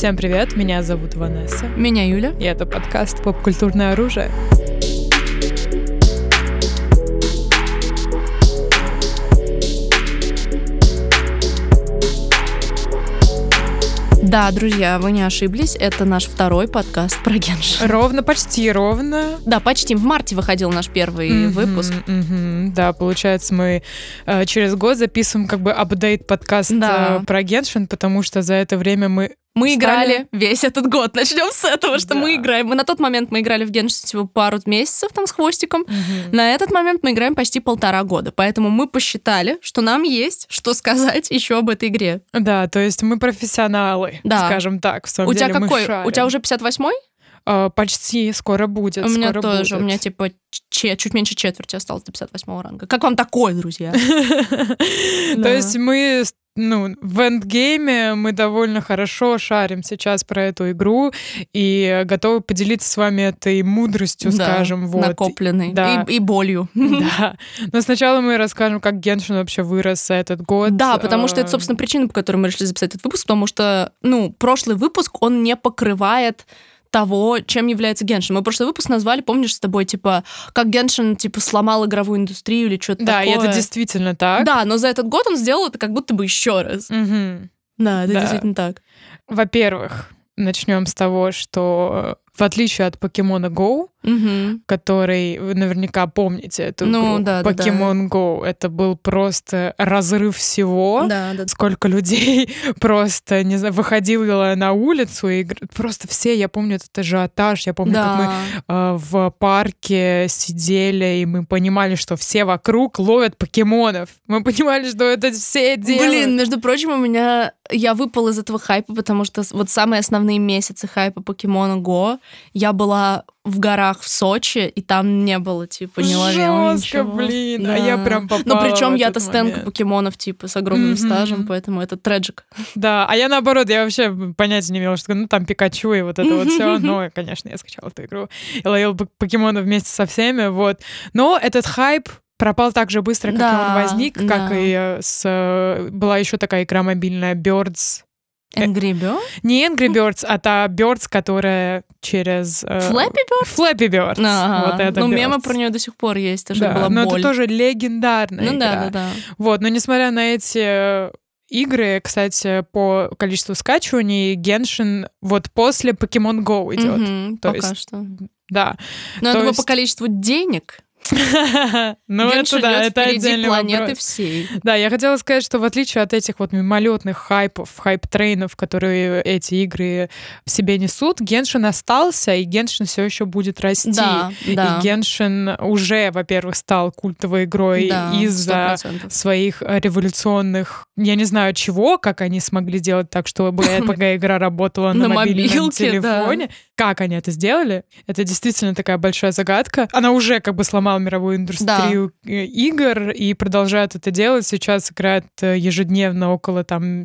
Всем привет, меня зовут Ванесса. Меня Юля. И это подкаст «Поп-культурное оружие». Да, друзья, вы не ошиблись, это наш второй подкаст про Геншин. Почти ровно. Да, почти. В марте выходил наш первый выпуск. Да, получается, мы через год записываем как бы апдейт-подкаст про Геншин, потому что за это время мы играли весь этот год. Начнем с этого, что мы играем. На тот момент мы играли в Геншин всего пару месяцев там с хвостиком. На этот момент мы играем почти 1,5 года. Поэтому мы посчитали, что нам есть что сказать еще об этой игре. Да, то есть мы профессионалы, скажем так. В самом деле, мы шарим. У тебя уже 58-й? Почти, скоро будет. У меня тоже. У меня типа чуть меньше четверти осталось до 58-го ранга. Как вам такое, друзья? То есть мы... в эндгейме мы довольно хорошо шарим сейчас про эту игру и готовы поделиться с вами этой мудростью, скажем. Вот. Накопленной. Да. И болью. Да. Но сначала мы расскажем, как Геншин вообще вырос за этот год. Да, потому что это, собственно, причина, по которой мы решили записать этот выпуск, потому что, прошлый выпуск, он не покрывает того, чем является Геншин. Мы прошлый выпуск назвали, помнишь, с тобой, как Геншин, сломал игровую индустрию или что-то такое. Да, и это действительно так. Да, но за этот год он сделал это как будто бы еще раз. Да, это действительно так. Во-первых, начнем с того, что в отличие от Pokemon Go, который, вы наверняка помните эту игру, Pokemon Go, это был просто разрыв всего. Да. Сколько людей просто, не знаю, выходило на улицу, и просто все, я помню этот ажиотаж, я помню, как мы в парке сидели, и мы понимали, что все вокруг ловят покемонов. Мы понимали, что это все делают. Между прочим, я выпала из этого хайпа, потому что вот самые основные месяцы хайпа Pokemon Go я была в горах в Сочи, и там не было, не ловила ничего. Блин, а я прям попала. Но причем я-то стенка покемонов, с огромным стажем, поэтому это треджик. Да, а я наоборот, я вообще понятия не имела, что там Пикачу и вот это вот все. Но, конечно, я скачала эту игру и ловила покемонов вместе со всеми, вот. Но этот хайп пропал так же быстро, как и он возник, как и была еще такая игра мобильная Birds. Angry Birds? Не Angry Birds, а та Birds, которая через... Flappy Birds? Flappy Birds. Ага. Вот это мемы про нее до сих пор есть. Это да, была но боль. это тоже легендарная игра. Да. Вот, но несмотря на эти игры, кстати, по количеству скачиваний, Геншин вот после Pokemon Go идет. Пока что. Да. Но я думаю, по количеству денег... Геншин это отдельный планеты вопрос. Всей. Да, я хотела сказать, что в отличие от этих вот мимолетных хайп-трейнов, которые эти игры в себе несут, Геншин остался, и Геншин все еще будет расти. Да. И Геншин уже, во-первых, стал культовой игрой из-за 100%. своих революционных, я не знаю чего, как они смогли сделать так, чтобы эта игра работала на мобильном телефоне. Да. Как они это сделали? Это действительно такая большая загадка. Она уже сломала мировую индустрию игр и продолжает это делать. Сейчас играет ежедневно около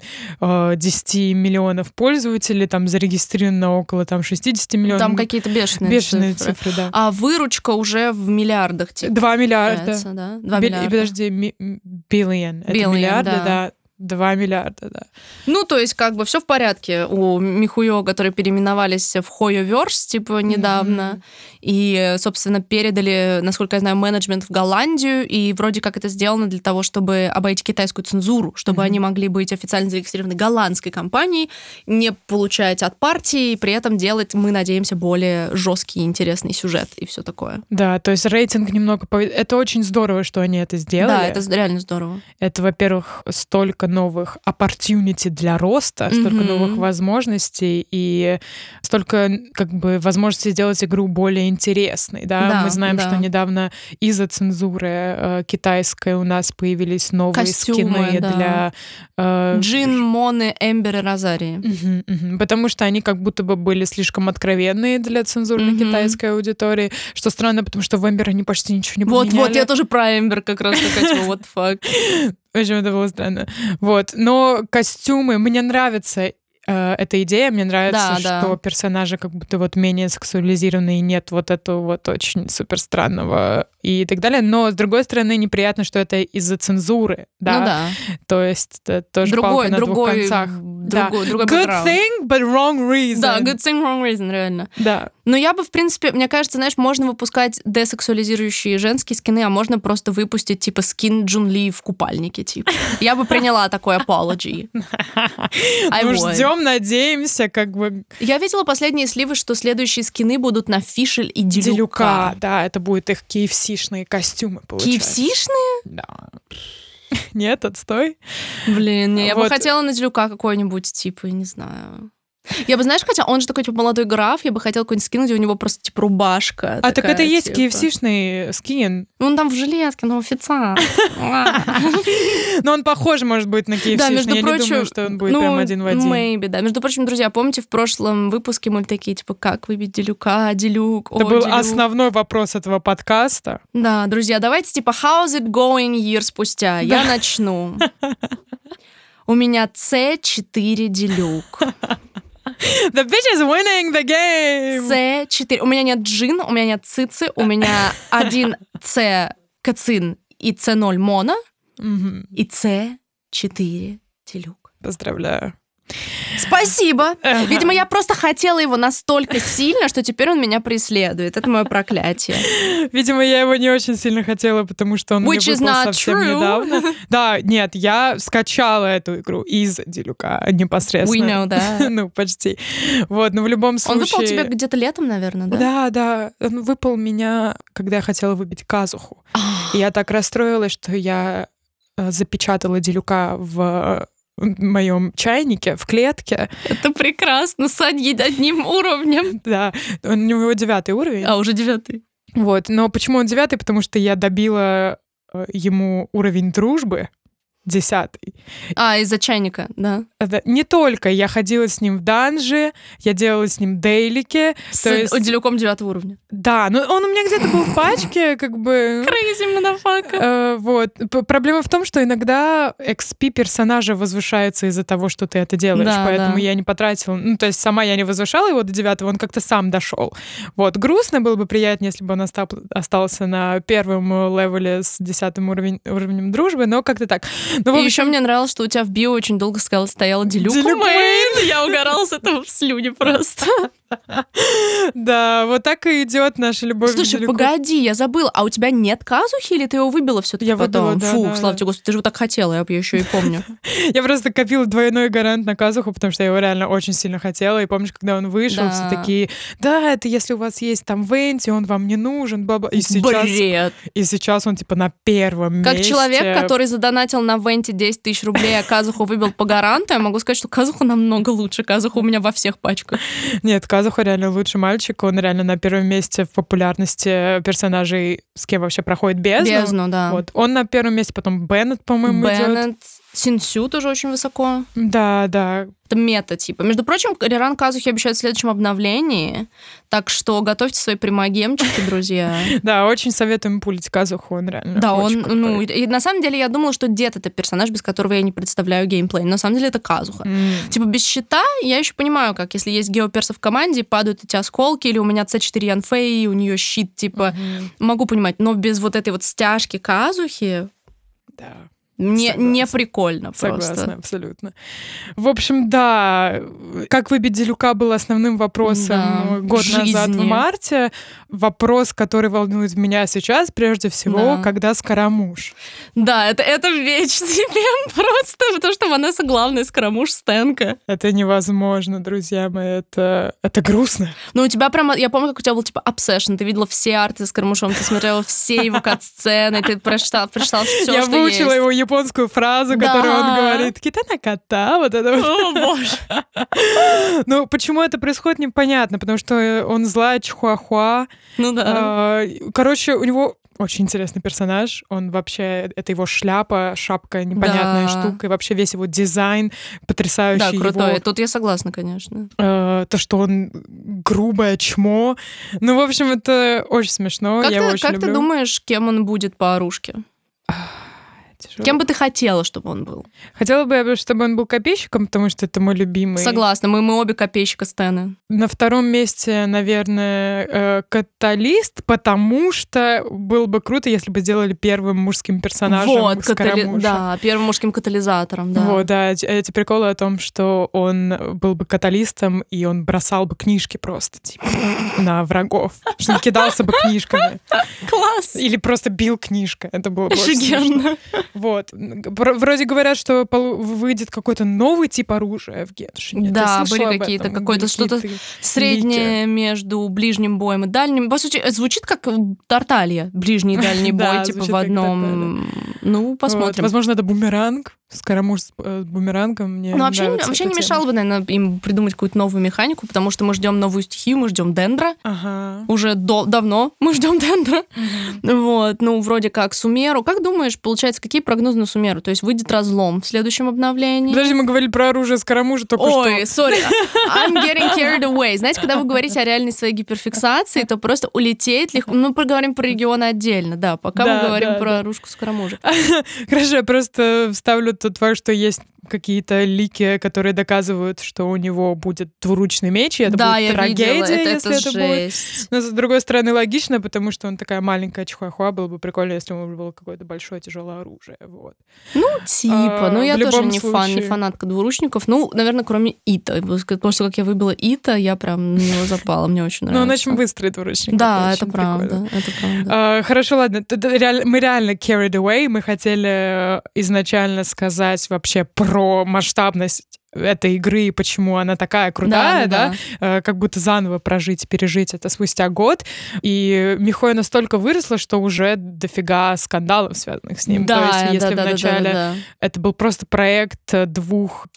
10 миллионов пользователей, зарегистрировано около 60 миллионов. Там какие-то бешеные цифры, да. А выручка уже в миллиардах. 2 миллиарда. Да? 2 миллиарда. Подожди, билион. Это миллиарды, да. 2 миллиарда, да. То есть все в порядке у Михуё, которые переименовались в Hoyoverse, недавно, и, собственно, передали, насколько я знаю, менеджмент в Голландию, и вроде как это сделано для того, чтобы обойти китайскую цензуру, чтобы они могли быть официально зарегистрированы голландской компанией, не получать от партии, и при этом делать, мы надеемся, более жесткий и интересный сюжет и все такое. Да, то есть рейтинг немного... Это очень здорово, что они это сделали. Да, это реально здорово. Это, во-первых, столько новых opportunity для роста, столько новых возможностей и столько возможностей сделать игру более интересной. Да? Мы знаем, что недавно из-за цензуры китайской у нас появились новые скины для... Джин, Моны, Эмбер и Розарии. Потому что они как будто бы были слишком откровенные для цензурной китайской аудитории, что странно, потому что в Эмбер они почти ничего не поменяли. Вот, я тоже про Эмбер как раз такая, what the fuck. В общем, это было странно. Вот. Но костюмы, мне нравится эта идея, мне нравится, что персонажи как будто менее сексуализированные, и нет вот этого очень супер странного и так далее. Но, с другой стороны, неприятно, что это из-за цензуры. Да? Ну да. То есть это тоже палка на двух концах. Другой good thing, but wrong reason. Да, good thing, wrong reason, реально. Да. Но я бы, в принципе, мне кажется, знаешь, можно выпускать десексуализирующие женские скины, а можно просто выпустить, типа, скин Джун Ли в купальнике, типа. Я бы приняла такой apology. Ну, ждем, надеемся, как бы... Я видела последние сливы, что следующие скины будут на Фишель и Делюка. Да, это будут их KFC-шные костюмы, получается. KFC-шные? Да. Нет, отстой. Блин, я бы хотела на Делюка какой-нибудь, типа, не знаю... Я бы, знаешь, хотя он же такой, типа, молодой граф, я бы хотела какой-нибудь скин, где у него просто, типа, рубашка. А такая, так это и есть KFC-шный скин. Ну, он там в жилетке, но официант. Но он похож, может быть, на KFC-шный. Да, между прочим, я не думаю, что он будет прям один в один. Maybe, да. Между прочим, друзья, помните, в прошлом выпуске мы такие, типа, как выбить Делюка, Делюк, это был основной вопрос этого подкаста. Да, друзья, давайте, типа, how's it going year спустя? Я начну. У меня C4 Делюк. The bitch is winning the game! C4. У меня нет джин, у меня нет цицы, у меня 1 C кацин и C0 моно, и C4 Делюк. Поздравляю. Спасибо. Видимо, я просто хотела его настолько сильно, что теперь он меня преследует. Это мое проклятие. Видимо, я его не очень сильно хотела, потому что он мне выпал совсем недавно. Да, нет, я скачала эту игру из Делюка непосредственно. We know, да. Ну, почти. Вот, но в любом случае... Он выпал тебе где-то летом, наверное, да? Да, да. Он выпал меня, когда я хотела выбить казуху. И я так расстроилась, что я запечатала Делюка в моем чайнике, в клетке. Это прекрасно, с одним уровнем. Да, у него 9 уровень. А, уже 9. Вот, но почему он 9? Потому что я добила ему уровень дружбы 10. А, из-за чайника, да. Это не только. Я ходила с ним в данжи, я делала с ним дейлики. С Делюком 9 уровня. Да, но он у меня где-то был в пачке, как бы... Crazy motherfucker. Вот. Проблема в том, что иногда XP персонажа возвышается из-за того, что ты это делаешь, да, поэтому да. я не потратила... Ну, то есть сама я не возвышала его до 9, он как-то сам дошел. Вот. Грустно было бы приятнее, если бы он остался на первом левеле с 10 уровнем дружбы, но как-то так. Ну, и еще мне нравилось, что у тебя в био очень долго стояла Делюк Мэйн. Я угорала с этого в слюне просто. Да, вот так и идет наша любовь к Делюку. Слушай, погоди, я забыла. А у тебя нет казухи, или ты его выбила все-таки потом? Выбила, да. Фу, слава тебе, Господи, ты же его так хотела, я еще и помню. Я просто копила двойной гарант на казуху, потому что я его реально очень сильно хотела. И помнишь, когда он вышел, все такие, да, это если у вас есть там Венти, он вам не нужен, бла-бла. Бред. И сейчас он типа на первом месте. Как человек, который задонатил на Венти 10 тысяч рублей, а казуху выбил по гаранту, я могу сказать, что казуха намного лучше. Казуха у меня во всех пачках. Нет, казуха реально лучший мальчик. Он реально на первом месте в популярности персонажей, с кем вообще проходит бездну. Бездну, да. Вот. Он на первом месте, потом Беннет, по-моему, идет. Синсю тоже очень высоко. Да, да. Это мета, типа. Между прочим, реран казухи обещают в следующем обновлении, так что готовьте свои примагемчики, друзья. Да, очень советуем пулить казуху, он реально да, он, ну, и на самом деле я думала, что Дед — это персонаж, без которого я не представляю геймплей, но на самом деле это казуха. Типа без щита я еще понимаю, как если есть геоперса в команде, падают эти осколки, или у меня C4 Янфэй, у нее щит, типа, могу понимать, но без вот этой вот стяжки казухи... Да. Мне не прикольно просто. Согласна, абсолютно. В общем, да, как выбить Делюка был основным вопросом год назад в марте. Вопрос, который волнует меня сейчас, прежде всего, когда Скоромуш. Да, это вечный мем просто, потому что Ванесса главная Скоромуш Стэнка. Это невозможно, друзья мои, это грустно. Ну, у тебя прямо, я помню, как у тебя был типа обсессион, ты видела все арты с Скоромушом, ты смотрела все его кат-сцены, ты прочитала все, что есть. Я выучила его японскую фразу, которую он говорит. Кита кота, вот это вот. О, боже. Ну, почему это происходит, непонятно, потому что он злая чихуахуа. Ну да. Короче, у него очень интересный персонаж. Он вообще, это его шляпа, шапка, непонятная штука, и вообще весь его дизайн потрясающий. Да, крутой. Тут я согласна, конечно. То, что он грубое чмо. Ну, в общем, это очень смешно. Я его очень люблю. Как ты думаешь, кем он будет по оружке? тяжело. Кем бы ты хотела, чтобы он был? Хотела бы, чтобы он был копейщиком, потому что это мой любимый. Согласна, мы обе копейщика Стэны. На втором месте, наверное, каталист, потому что было бы круто, если бы сделали первым мужским персонажем Скоромуша. Да, первым мужским катализатором, да. Вот, да, эти приколы о том, что он был бы каталистом, и он бросал бы книжки просто, типа, на врагов. Что он кидался бы книжками. Класс! Или просто бил книжкой. Это было бы офигенно. Вот. Вроде говорят, что выйдет какой-то новый тип оружия в Геншине. Да, были какие-то, какое-то что-то среднее между ближним боем и дальним. По сути, звучит как Тарталья. Ближний и дальний бой, типа в одном. Ну, посмотрим. Возможно, это бумеранг. Скоромуш с бумерангом мне вообще не мешало бы, наверное, им придумать какую-то новую механику, потому что мы ждем новую стихию, мы ждем Дендра. Уже давно мы ждем Дендра. Вот, вроде как Сумеру. Как думаешь, получается, какие прогнозы на Сумеру? То есть выйдет разлом в следующем обновлении? Подожди, мы говорили про оружие Скоромуша только что. Ой, сори. I'm getting carried away. Знаете, когда вы говорите о реальной своей гиперфиксации, то просто улететь легко. Мы поговорим про регионы отдельно, да, пока мы говорим про оружку Скоромужа. Хорошо, я просто вставлю тот факт, что есть какие-то лики, которые доказывают, что у него будет двуручный меч, и это будет трагедия, если это будет. Но, с другой стороны, логично, потому что он такая маленькая чихуахуа, было бы прикольно, если у него было какое-то большое тяжелое оружие. Вот. Я тоже не фанатка двуручников. Наверное, кроме Ита. Потому что, как я выбила Ита, я прям на него запала. Мне очень нравится. Он очень быстрый двуручник. Да, это правда. Хорошо, ладно. Мы реально carried away. Мы хотели изначально сказать вообще про масштабность этой игры и почему она такая крутая, да? Как будто заново прожить, пережить это спустя год. И Михой настолько выросла, что уже дофига скандалов, связанных с ним. То есть, если вначале это был просто проект трех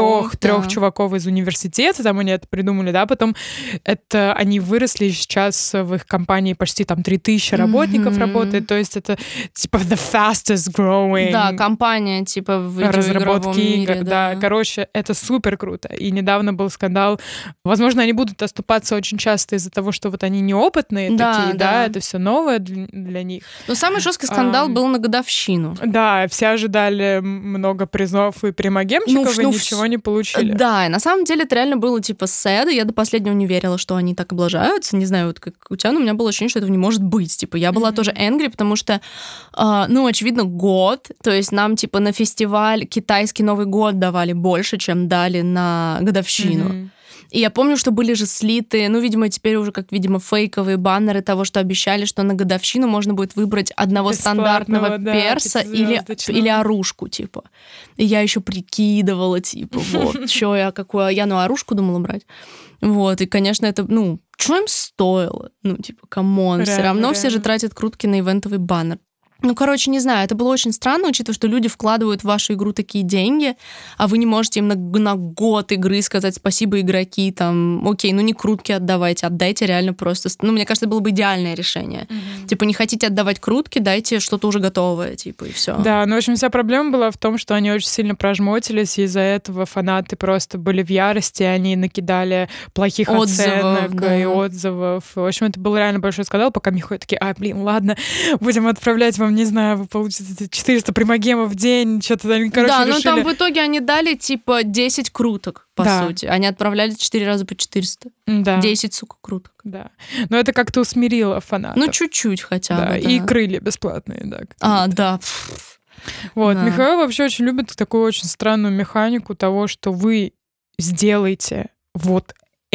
чуваков из университета, там они это придумали, да, потом это они выросли, и сейчас в их компании почти там 3000 работников работает, то есть это типа the fastest growing. Да, компания типа в видеоигровом мире. Да, короче, это супер круто. И недавно был скандал. Возможно, они будут оступаться очень часто из-за того, что вот они неопытные такие, да, это все новое для них. Но самый жесткий скандал был на годовщину. Да, все ожидали много призов и примагемчиков, и ничего не получили. Да, и на самом деле это реально было типа sad. Я до последнего не верила, что они так облажаются. Не знаю, вот как у тебя, но у меня было ощущение, что этого не может быть. Типа, я была тоже angry, потому что, очевидно, год. То есть нам типа на фестиваль китайский Новый год давали больше, чем дали на годовщину. И я помню, что были же слиты, видимо, теперь уже как, видимо, фейковые баннеры того, что обещали, что на годовщину можно будет выбрать одного стандартного перса или оружку, типа. И я еще прикидывала, типа, вот, что я какую... Я оружку думала брать. Вот, и, конечно, это, что им стоило? Камон, все равно все же тратят крутки на ивентовый баннер. Не знаю, это было очень странно, учитывая, что люди вкладывают в вашу игру такие деньги, а вы не можете им на год игры сказать спасибо, игроки, окей, не крутки отдавайте, отдайте реально просто... мне кажется, это было бы идеальное решение. Типа, не хотите отдавать крутки, дайте что-то уже готовое, типа, и все. Да, в общем, вся проблема была в том, что они очень сильно прожмотились, и из-за этого фанаты просто были в ярости, они накидали плохих оценок и отзывов. В общем, это был реально большой скандал, пока Михой такие, ладно, будем отправлять вам, не знаю, вы получите 400 примагемов в день, что-то они, решили... там в итоге они дали, типа, 10 круток, по сути. Они отправляли 4 раза по 400. Да. 10, сука, круток. Да. Но это как-то усмирило фанатов. Чуть-чуть хотя бы, да. И крылья бесплатные, да. Да. Вот, да. Михаил вообще очень любит такую очень странную механику того, что вы сделаете вот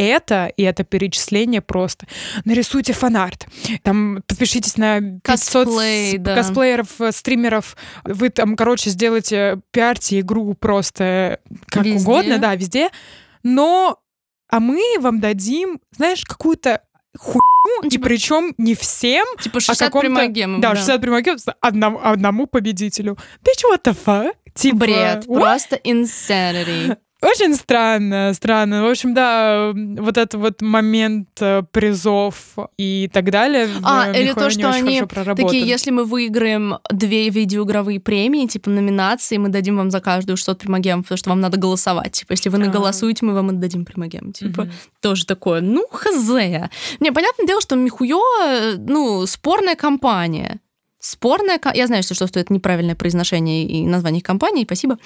и это перечисление просто. Нарисуйте фанарт. Там подпишитесь на 500 косплееров, стримеров. Вы там, сделайте, пиарьте игру просто как везде. Угодно, да, везде. А мы вам дадим, знаешь, какую-то хуйню, и причем не всем, типа 60 примагемов. Да, 60 примагемов одному победителю. Bitch, what the fuck? Типа, бред, просто insanity. Очень странно. В общем, да, вот этот вот момент призов и так далее или то, что они такие, если мы выиграем 2 видеоигровые премии, типа номинации, мы дадим вам за каждую 600 примагемов, потому что вам надо голосовать. Типа, если вы наголосуете, мы вам отдадим примагем. Типа, тоже такое, хз. Не, понятное дело, что Михуё, спорная компания. спорная... Я знаю, что это неправильное произношение и название их компании, спасибо.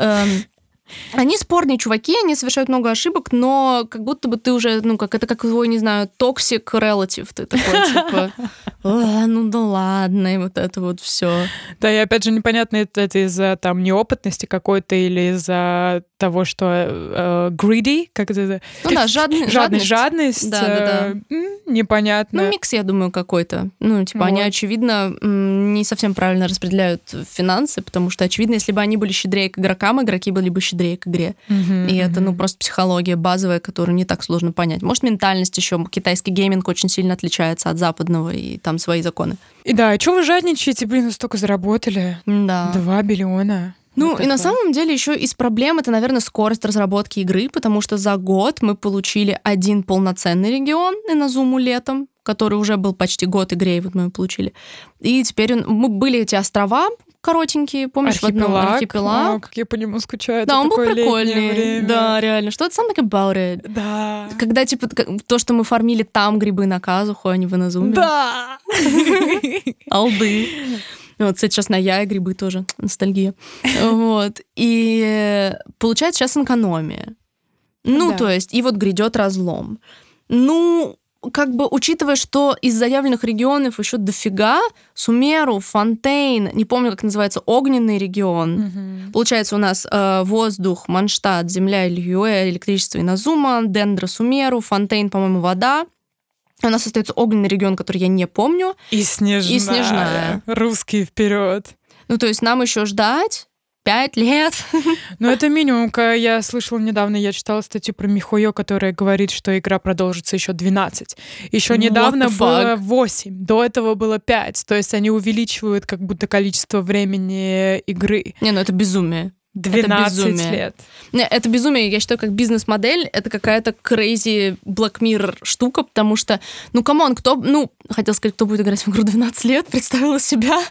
Они спорные чуваки, они совершают много ошибок, но как будто бы ты уже, это как твой, не знаю, toxic relative. Ты такой, типа, ну да ладно, и вот это вот все. Да, и опять же непонятно, это из-за там неопытности какой-то или из-за того, что greedy, как это... Ну да, жадность. Да. Непонятно. Ну, микс, я думаю, какой-то. Они, очевидно, не совсем правильно распределяют финансы, потому что, очевидно, если бы они были щедрее к игрокам, игроки были бы щедрее к игре. И это, просто психология базовая, которую не так сложно понять. Может, ментальность еще. Китайский гейминг очень сильно отличается от западного, и там свои законы. И да, что вы жадничаете? Вы столько заработали. Да. 2 биллиона. И на самом деле еще из проблем это, наверное, скорость разработки игры, потому что за год мы получили 1 полноценный регион Иназуму летом, который уже был почти год игре, и вот мы его получили. И теперь были эти острова коротенькие, помнишь, в одном архипелаг. О, как я по нему скучаю. Да, он был прикольный. Да, реально. Что-то something about it. Да. Когда, то, что мы фармили там грибы на Казуху, а не в Иназуме. Да. Алды. Вот, кстати, сейчас на Яе грибы тоже. Ностальгия. Вот. И получается сейчас экономия. То есть, и вот грядет разлом. Учитывая, что из заявленных регионов еще дофига, Сумеру, Фонтейн, не помню, как называется, огненный регион. Получается, у нас воздух, Манштадт, земля, Льюэ, электричество Иназума, Дендра, Сумеру, Фонтейн, по-моему, вода. У нас остается огненный регион, который я не помню. И снежная. Русские вперед. То есть нам еще ждать 5 лет. Это минимум. Я слышала недавно, я читала статью про Михуё, которая говорит, что игра продолжится еще 12. Еще недавно было 8. До этого было 5. То есть они увеличивают как будто количество времени игры. Это безумие. 12 лет. Это безумие, я считаю, как бизнес-модель, это какая-то crazy Black Mirror штука, потому что, камон, хотел сказать, кто будет играть в игру 12 лет, представила себя.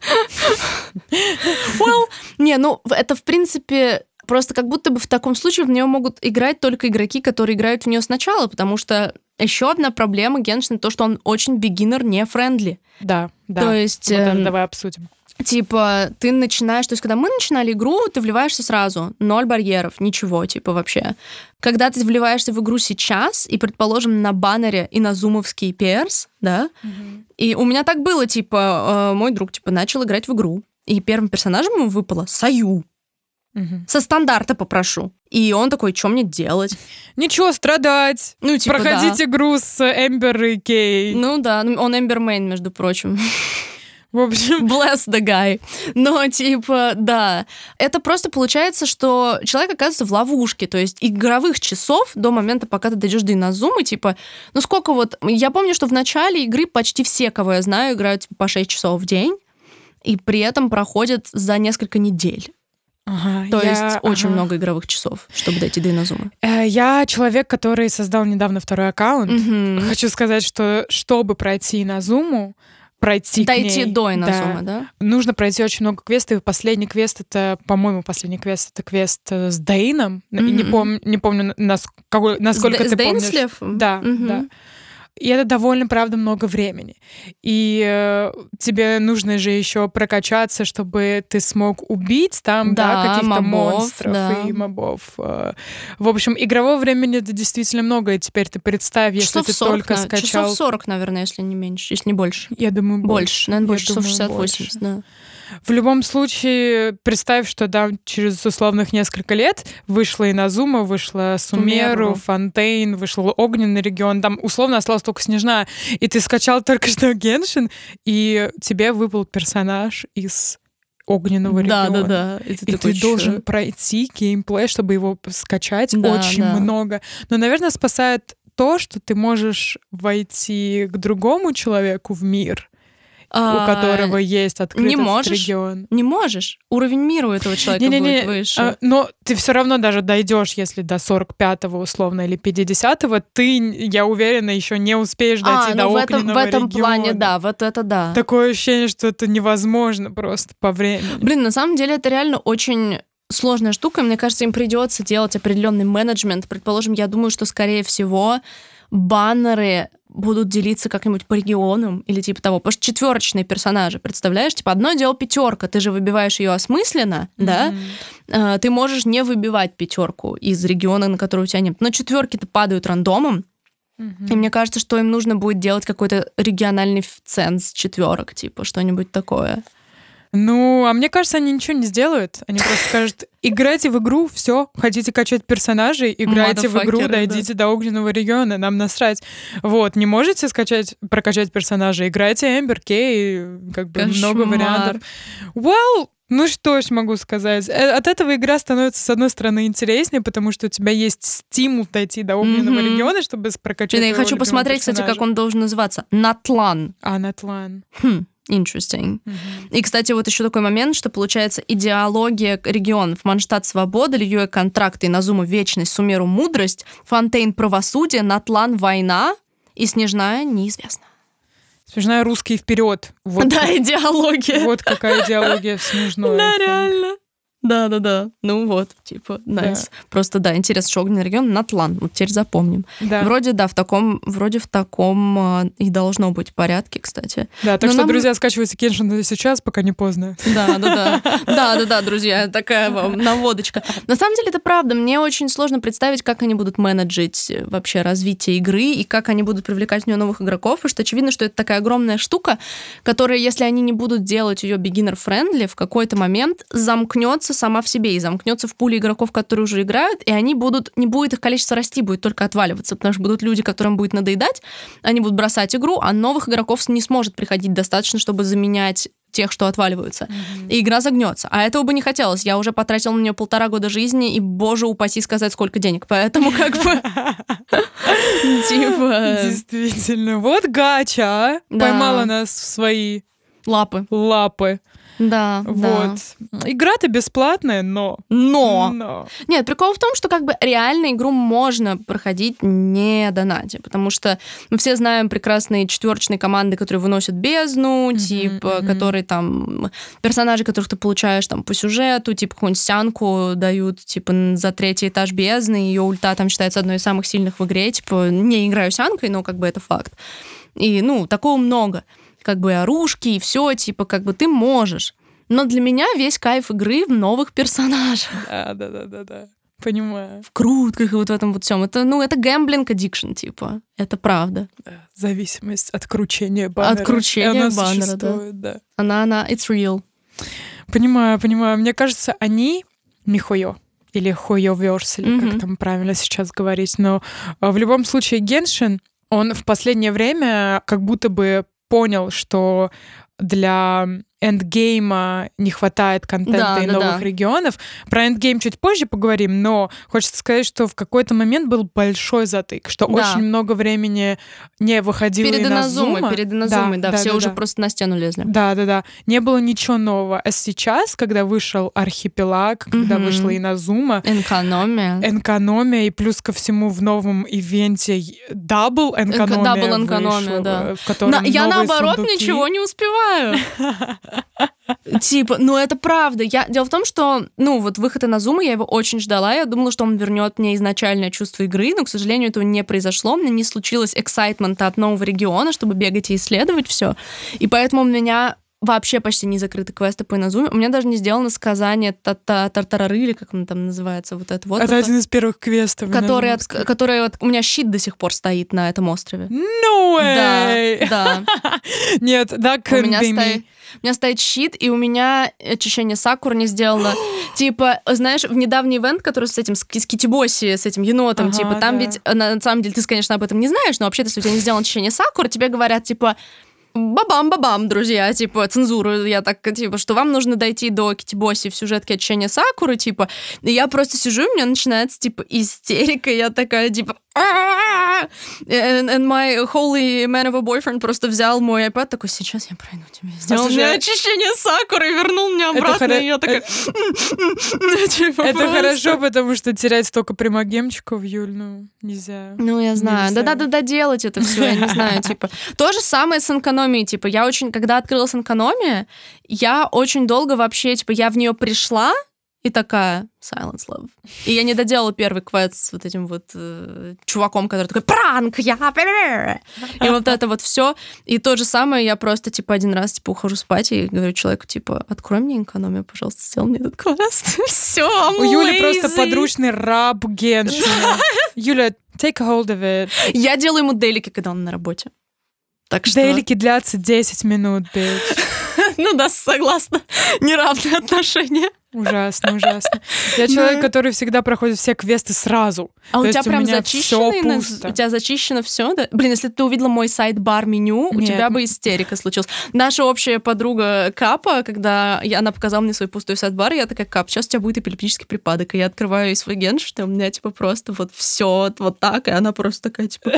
Это, в принципе, просто как будто бы в таком случае в нее могут играть только игроки, которые играют в нее сначала, потому что еще одна проблема Геншина, то, что он очень beginner не friendly. Да. То есть... давай обсудим. Ты начинаешь... То есть, когда мы начинали игру, ты вливаешься сразу. 0 барьеров, ничего, вообще. Когда ты вливаешься в игру сейчас, и, предположим, на баннере иназумовский перс, да, и у меня так было, мой друг, начал играть в игру, и первым персонажем ему выпало Саю. Со стандарта попрошу. И он такой, что мне делать? Ничего, страдать. Проходить игру с Эмбер и Кей. Да, он Эмбер Мейн, между прочим. В общем... Bless the guy. Но, да. Это просто получается, что человек оказывается в ловушке. То есть игровых часов до момента, пока ты дойдешь до Иназумы, сколько вот... Я помню, что в начале игры почти все, кого я знаю, играют по 6 часов в день, и при этом проходят за несколько недель. То есть очень много игровых часов, чтобы дойти до Иназумы. Я человек, который создал недавно 2-й аккаунт. Хочу сказать, что чтобы пройти Иназуму, дойти до Иназумы, да? Нужно пройти очень много квестов. И последний квест это квест с Дейном. Не помню, насколько ты помнишь. С Дейнслев? Да. И это довольно, правда, много времени. И тебе нужно же еще прокачаться, чтобы ты смог убить там каких-то монстров и мобов. В общем, игрового времени это действительно много. И теперь ты представь, если ты только скачал... Часов 40, наверное, если не меньше, если не больше. Я думаю, больше. Наверное, больше, часов 60-80, да. В любом случае, представь, что через условных несколько лет вышла Иназума, вышла Сумеру, Фонтейн, вышел Огненный регион, там условно осталась только Снежная, и ты скачал только что Геншин, и тебе выпал персонаж из Огненного региона. Да. И ты должен пройти геймплей, чтобы его скачать очень много. Но, наверное, спасает то, что ты можешь войти к другому человеку в мир, у которого есть открытый регион. Не можешь. Уровень мира у этого человека будет выше. Но ты все равно даже дойдешь, если до 45-го условно или 50-го, ты, я уверена, еще не успеешь дойти до огненного региона. В этом плане, да, вот это да. Такое ощущение, что это невозможно просто по времени. На самом деле это реально очень сложная штука. Мне кажется, им придется делать определенный менеджмент. Предположим, я думаю, что, скорее всего, баннеры будут делиться как-нибудь по регионам или типа того. Потому что 4-очные персонажи, представляешь? Типа одно дело 5, ты же выбиваешь ее осмысленно, да? Ты можешь не выбивать 5 из региона, на который у тебя нет. Но 4-то падают рандомом. И мне кажется, что им нужно будет делать какой-то региональный ценз 4, типа что-нибудь такое. Ну, а мне кажется, они ничего не сделают. Они просто скажут, играйте в игру, все, хотите качать персонажей, играйте в игру, дойдите до огненного региона, нам насрать. Вот, не можете прокачать персонажей, играйте Эмбер, Кей, как бы много вариантов. Well, ну что ж могу сказать. От этого игра становится, с одной стороны, интереснее, потому что у тебя есть стимул дойти до огненного региона, чтобы прокачать. Я хочу посмотреть, кстати, как он должен называться. Натлан. Натлан. Interesting. И, кстати, вот еще такой момент, что, получается, идеология регионов: Манштадт — свобода, Льюэ — контракты, Иназума — вечность, Сумеру — мудрость, Фонтейн — правосудие, Натлан — война, и Снежная — неизвестно. Снежная — русский вперед. Вот да, идеология. Вот какая идеология в Снежной. Да, реально. Да. Ну вот, типа, nice. Да. Просто, да, интересно, что огненный регион — Натлан. Вот теперь запомним. Да. Вроде в таком и должно быть порядке, кстати. Да, так что, друзья, скачивайте Кеншин сейчас, пока не поздно. Да, друзья, такая вам наводочка. На самом деле, это правда. Мне очень сложно представить, как они будут менеджить вообще развитие игры и как они будут привлекать в нее новых игроков, потому что очевидно, что это такая огромная штука, которая, если они не будут делать ее beginner-friendly, в какой-то момент замкнется сама в себе и замкнется в пуле игроков, которые уже играют, и не будет их количество расти, будет только отваливаться, потому что будут люди, которым будет надоедать, они будут бросать игру, а новых игроков не сможет приходить достаточно, чтобы заменять тех, что отваливаются. И игра загнется. А этого бы не хотелось. Я уже потратила на нее 1,5 года жизни, и, боже упаси, сказать, сколько денег. Поэтому как бы... Типа... Действительно. Вот гача поймала нас в свои... Лапы. Да, вот. Да. Игра-то бесплатная, но... Нет, прикол в том, что как бы реально игру можно проходить не донатя, потому что мы все знаем прекрасные 4-очные команды, которые выносят бездну, которые там... Персонажи, которых ты получаешь там по сюжету, типа какую-нибудь Сянку дают, типа, за 3-й этаж бездны, ее ульта там считается одной из самых сильных в игре, типа, не играю Сянкой, но как бы это факт. И, такого много. Как бы оружки и все, типа, как бы ты можешь. Но для меня весь кайф игры в новых персонажах. Да. Понимаю. В крутках и вот в этом вот всем. Это гэмблинг аддикшн, типа. Это правда. Да. Зависимость от кручения баннера. От кручения баннера, да. Она, it's real. Понимаю. Мне кажется, они, Михойо, или Хойоверс, или как там правильно сейчас говорить, но в любом случае Геншин, он в последнее время как будто бы понял, что для эндгейма не хватает контента и новых регионов. Про эндгейм чуть позже поговорим, но хочется сказать, что в какой-то момент был большой затык, что очень много времени не выходило Иназума. Перед Иназумой, все уже просто на стену лезли. Да. Не было ничего нового. А сейчас, когда вышел Архипелаг, когда вышла Иназума... Энкономия, и плюс ко всему в новом ивенте Дабл Энкономия да. В котором я, наоборот, сундуки. Ничего не успеваю. Типа, это правда. Дело в том, что, вот выход Иназумы, я его очень ждала. Я думала, что он вернет мне изначальное чувство игры, но, к сожалению, этого не произошло. У меня не случилось эксайтмента от нового региона, чтобы бегать и исследовать все. И поэтому у меня вообще почти не закрыты квесты по Иназуме. У меня даже не сделано сказание Тартарары, или как он там называется, вот это вот. Это один из первых квестов. Который у меня щит до сих пор стоит на этом острове. No way! Да. Нет, that couldn't be me. У меня стоит щит, и у меня очищение Сакуры не сделано. Типа, знаешь, в недавний ивент, который с Китибоси, с этим енотом, там ведь, на самом деле, ты, конечно, об этом не знаешь, но вообще-то, если у тебя не сделано очищение Сакуры, тебе говорят, типа, бабам-бабам, друзья, типа, цензуру, я так, типа, что вам нужно дойти до Китибоси в сюжетке очищения Сакуры, типа, и я просто сижу, и у меня начинается, типа, истерика, я такая, типа, and my holy man of a boyfriend просто взял мой iPad, такой, сейчас я пройду тебе. Сделал мне очищение Сакуры и вернул меня обратно, и я такая... Это хорошо, потому что терять столько примагемчиков, Юль, нельзя. Я знаю. Да, делать это все, я не знаю, типа. То же самое с Энкономией, типа, когда открылась Энкономия, я очень долго вообще, типа, я в нее пришла, и такая silence love. И я не доделала первый квест с вот этим вот чуваком, который такой пранк, я... И вот это вот все. И то же самое, я просто, типа, один раз, типа, ухожу спать и говорю человеку, типа, открой мне экономию, пожалуйста, сделай мне этот квест. Все, у Юли просто подручный раб Геншина. Юля, take a hold of it. Я делаю ему делики, когда он на работе. Так что... Делики длятся 10 минут, bitch. Ну да, согласна. Неравные отношения. Ужасно, ужасно. Я человек, который всегда проходит все квесты сразу. А у тебя прям зачищено? У тебя зачищено все, да? Блин, если ты увидела мой сайт-бар меню, у тебя бы истерика случилась. Наша общая подруга Капа, когда она показала мне свой пустой сайт-бар, я такая: Кап, сейчас у тебя будет эпилептический припадок. И я открываю свой Геншин, у меня типа просто вот все вот так, и она просто такая типа...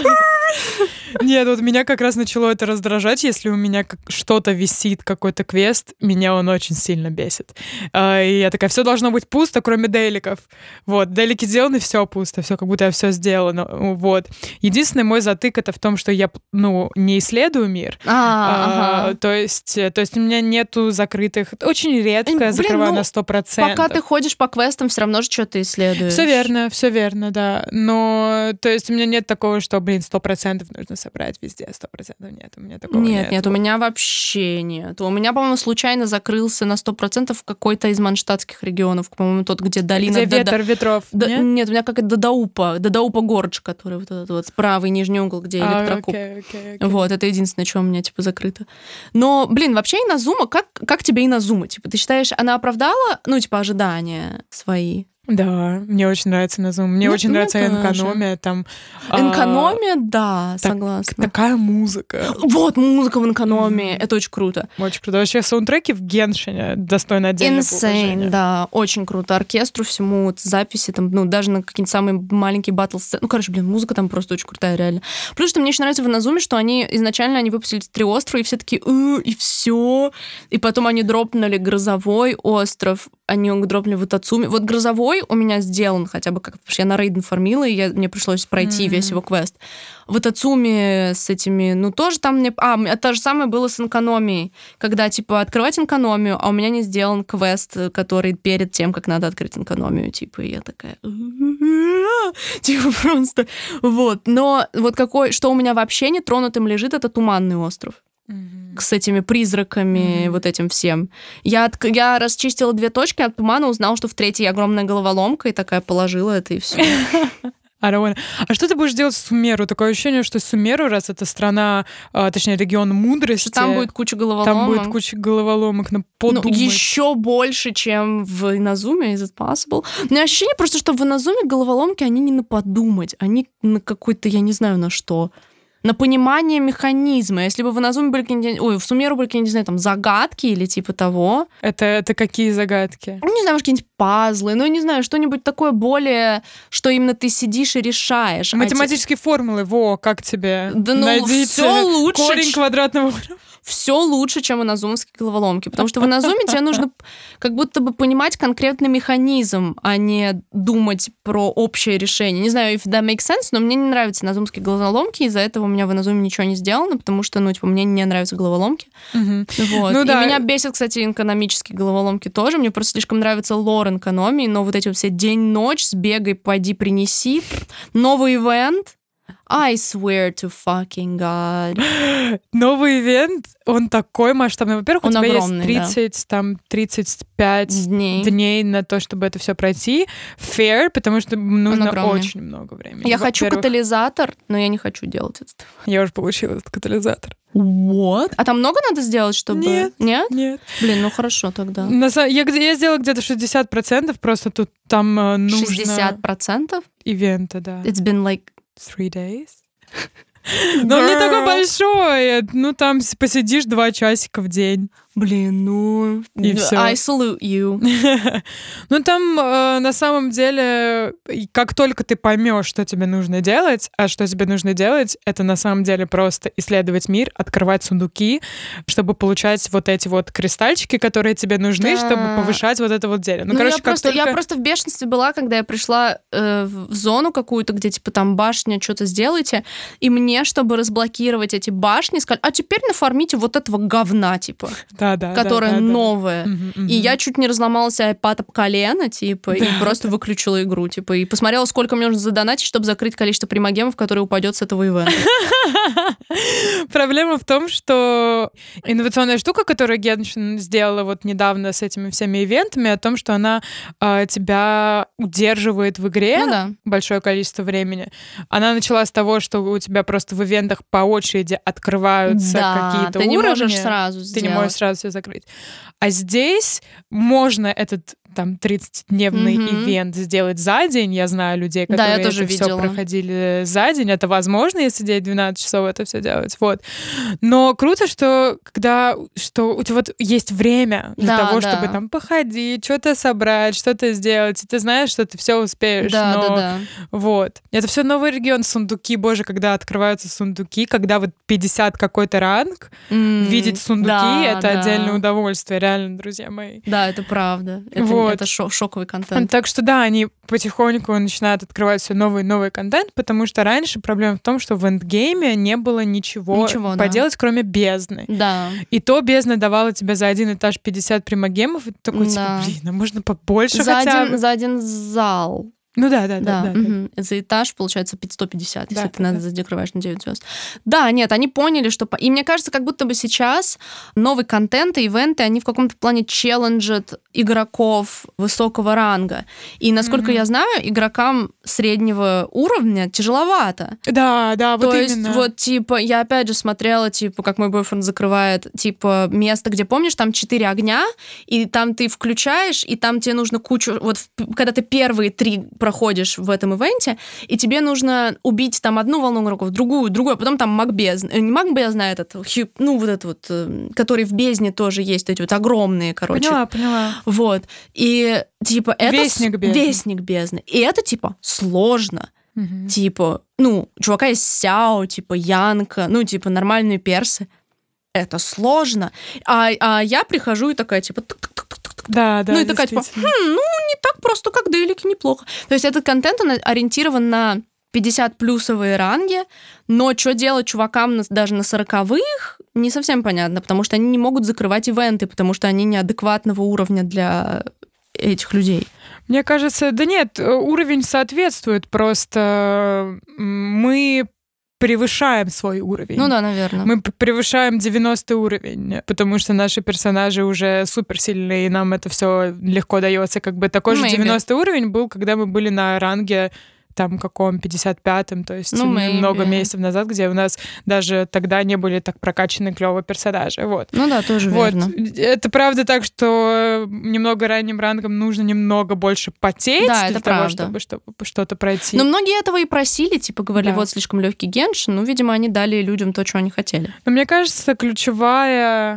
Нет, вот меня как раз начало это раздражать, если у меня что-то висит, какой-то квест, меня он очень сильно бесит. И я такая: все должно быть пусто, кроме деликов. Вот, делики сделаны, все пусто, все как будто я все сделала. Вот. Единственный мой затык — это в том, что я, не исследую мир. То есть у меня нету закрытых... Очень редко я закрываю на 100%. Пока ты ходишь по квестам, все равно же что-то исследуешь. Все верно, да. Но, то есть у меня нет такого, что, 100% нужно собрать везде, 100% нет. У меня такого нет. Нет, у меня вообще нет. У меня, по-моему, случайно закрылся на 100% какой-то из манштатских регионов, по-моему, тот, где долина... Где ветров, нет, у меня как Дадаупа гордж, который вот этот вот правый нижний угол, где электрокуб. Вот, это единственное, что у меня, типа, закрыто. Но, вообще Иназума, как тебе Иназума? Типа, ты считаешь, она оправдала, ожидания свои? Да, мне очень нравится Иназума. Мне очень нравится Энкономия. Там, Энкономия, да, согласна. Такая музыка. Вот, музыка в Энкономии. Это очень круто. Очень круто. Вообще, саундтреки в Геншине достойны отдельного уважения. Да, очень круто. Оркестру всему, записи, там, даже на какие-то самые маленькие батл-сцены. Музыка там просто очень крутая, реально. Плюс, что мне еще нравится в Иназуме, что изначально они выпустили 3 острова, и все такие, и все. И потом они дропнули Грозовой остров, они дропнули Ватацуми. Вот Грозовой у меня сделан хотя бы как... Потому что я на Рейден фармила, и мне пришлось пройти весь его квест. Ватацуми с этими... тоже там мне... то же самое было с Энкономией. Когда, открывать Энкономию, а у меня не сделан квест, который перед тем, как надо открыть Энкономию. И я такая... просто... Вот. Но вот что у меня вообще нетронутым лежит, это Туманный остров. С этими призраками, вот этим всем. Я расчистила 2 точки, от тумана узнала, что в 3-й огромная головоломка, и такая положила это, и все. А что ты будешь делать в Сумеру? Такое ощущение, что Сумеру, раз это страна, точнее, регион мудрости... Там будет куча головоломок. Там будет куча головоломок, подумать. Еще больше, чем в Иназуме, is it possible? У меня ощущение просто, что в Иназуме головоломки, они не на подумать, они на какой-то, я не знаю, на что... на понимание механизма. Если бы в Иназуме были какие-нибудь... в Сумеру были какие-нибудь, не знаю, там, загадки или типа того. Это какие загадки? Не знаю, может, какие-нибудь пазлы, не знаю, что-нибудь такое более, что именно ты сидишь и решаешь. Математические формулы, как тебе? Да, найдите все лучше, корень квадратного... Все лучше, чем иназумовские головоломки, потому что в Иназуме тебе нужно как будто бы понимать конкретный механизм, а не думать про общее решение. Не знаю, if that makes sense, но мне не нравятся иназумские головоломки, из-за этого у меня в Иназуме ничего не сделано, потому что, мне не нравятся головоломки. Вот. И меня бесит, кстати, экономические головоломки тоже. Мне просто слишком нравится лор экономии, но вот эти все день-ночь, сбегай, пойди, принеси, новый ивент. I swear to fucking God. Новый ивент, он такой масштабный. Во-первых, у тебя огромный, есть 35 дней на то, чтобы это все пройти. Fair, потому что нужно очень много времени. Я хочу катализатор, но я не хочу делать это. Я уже получила этот катализатор. What? А там много надо сделать, чтобы... Нет? Блин, хорошо тогда. Я сделала где-то 60%, просто тут там нужно... 60%? Ивента, да. It's been 3 days? Но он не такой большой. Там посидишь 2 часика в день. Блин, и все. I salute you. Там на самом деле, как только ты поймешь, что тебе нужно делать, это на самом деле просто исследовать мир, открывать сундуки, чтобы получать вот эти вот кристальчики, которые тебе нужны, чтобы повышать вот это вот дерево. Я просто в бешенстве была, когда я пришла в зону какую-то, где там башня, что-то сделайте, и мне, чтобы разблокировать эти башни, сказали, а теперь нафармите вот этого говна, которая новая. И я чуть не разломала себе iPad об колено, типа, и просто выключила игру, типа, и посмотрела, сколько мне нужно задонатить, чтобы закрыть количество примагемов, которые упадет с этого ивента. Проблема в том, что инновационная штука, которую Genshin сделала вот недавно с этими всеми ивентами, о том, что она тебя удерживает в игре большое количество времени. Она начала с того, что у тебя просто в ивентах по очереди открываются какие-то уровни. Ты не можешь сразу сделать. Ты не можешь сразу все закрыть. А здесь можно этот там 30-дневный ивент сделать за день. Я знаю людей, которые это все проходили за день. Это возможно, если сидеть 12 часов, это все делать. Вот. Но круто, что когда у тебя вот есть время для того, чтобы там походить, что-то собрать, что-то сделать, и ты знаешь, что ты все успеешь. Вот. Это все новый регион, сундуки. Боже, когда открываются сундуки, когда вот 50 какой-то ранг, видеть сундуки — это отдельное удовольствие, реально, друзья мои. Да, это правда. Это шоковый контент. Так что да, они потихоньку начинают открывать все новый и новый контент, потому что раньше проблема в том, что в эндгейме не было ничего поделать, кроме бездны. Да. И то бездна давала тебе за один этаж 50 примагемов, и ты такой, типа, а можно побольше хотя бы. За один зал. Ну да. За этаж, получается, 150, если ты закрываешь на 9 звезд. Да, нет, они поняли, что... И мне кажется, как будто бы сейчас новый контент и ивенты, они в каком-то плане челленджат игроков высокого ранга. И, насколько я знаю, игрокам среднего уровня тяжеловато. Да, вот то именно. То есть, вот, типа, я опять же смотрела, типа, как мой бойфренд закрывает, типа, место, где, помнишь, там 4 огня, и там ты включаешь, и там тебе нужно кучу... Вот, когда ты первые 3 проходишь в этом ивенте, и тебе нужно убить там одну волну игроков, другую, а потом там маг бездны. Не маг бездны, а этот, вот этот вот, который в бездне тоже есть, эти вот огромные, короче. Поняла. Вот. И, типа, это... Вестник бездны. И это, типа, сложно. Типа, у чувака есть Сяо, типа, Янка, типа, нормальные персы. Это сложно. А я прихожу и такая, типа... Да, и такая, типа, не так просто, как Делики, неплохо. То есть этот контент, он ориентирован на 50-плюсовые ранги, но что делать чувакам даже на 40-х, не совсем понятно, потому что они не могут закрывать ивенты, потому что они неадекватного уровня для этих людей. Мне кажется, да нет, уровень соответствует, просто мы превышаем свой уровень. Ну да, наверное. Мы превышаем 90 уровень, потому что наши персонажи уже суперсильные, и нам это все легко дается. Как бы такой же 90 уровень был, когда мы были на ранге там каком 55-м, то есть много месяцев назад, где у нас даже тогда не были так прокачаны клёвые персонажи. Вот. Ну да, тоже верно. Это правда так, что немного ранним рангом нужно немного больше потеть для того, чтобы что-то пройти. Но многие этого и просили, типа говорили, вот слишком легкий Геншин, видимо, они дали людям то, что они хотели. Но мне кажется, ключевая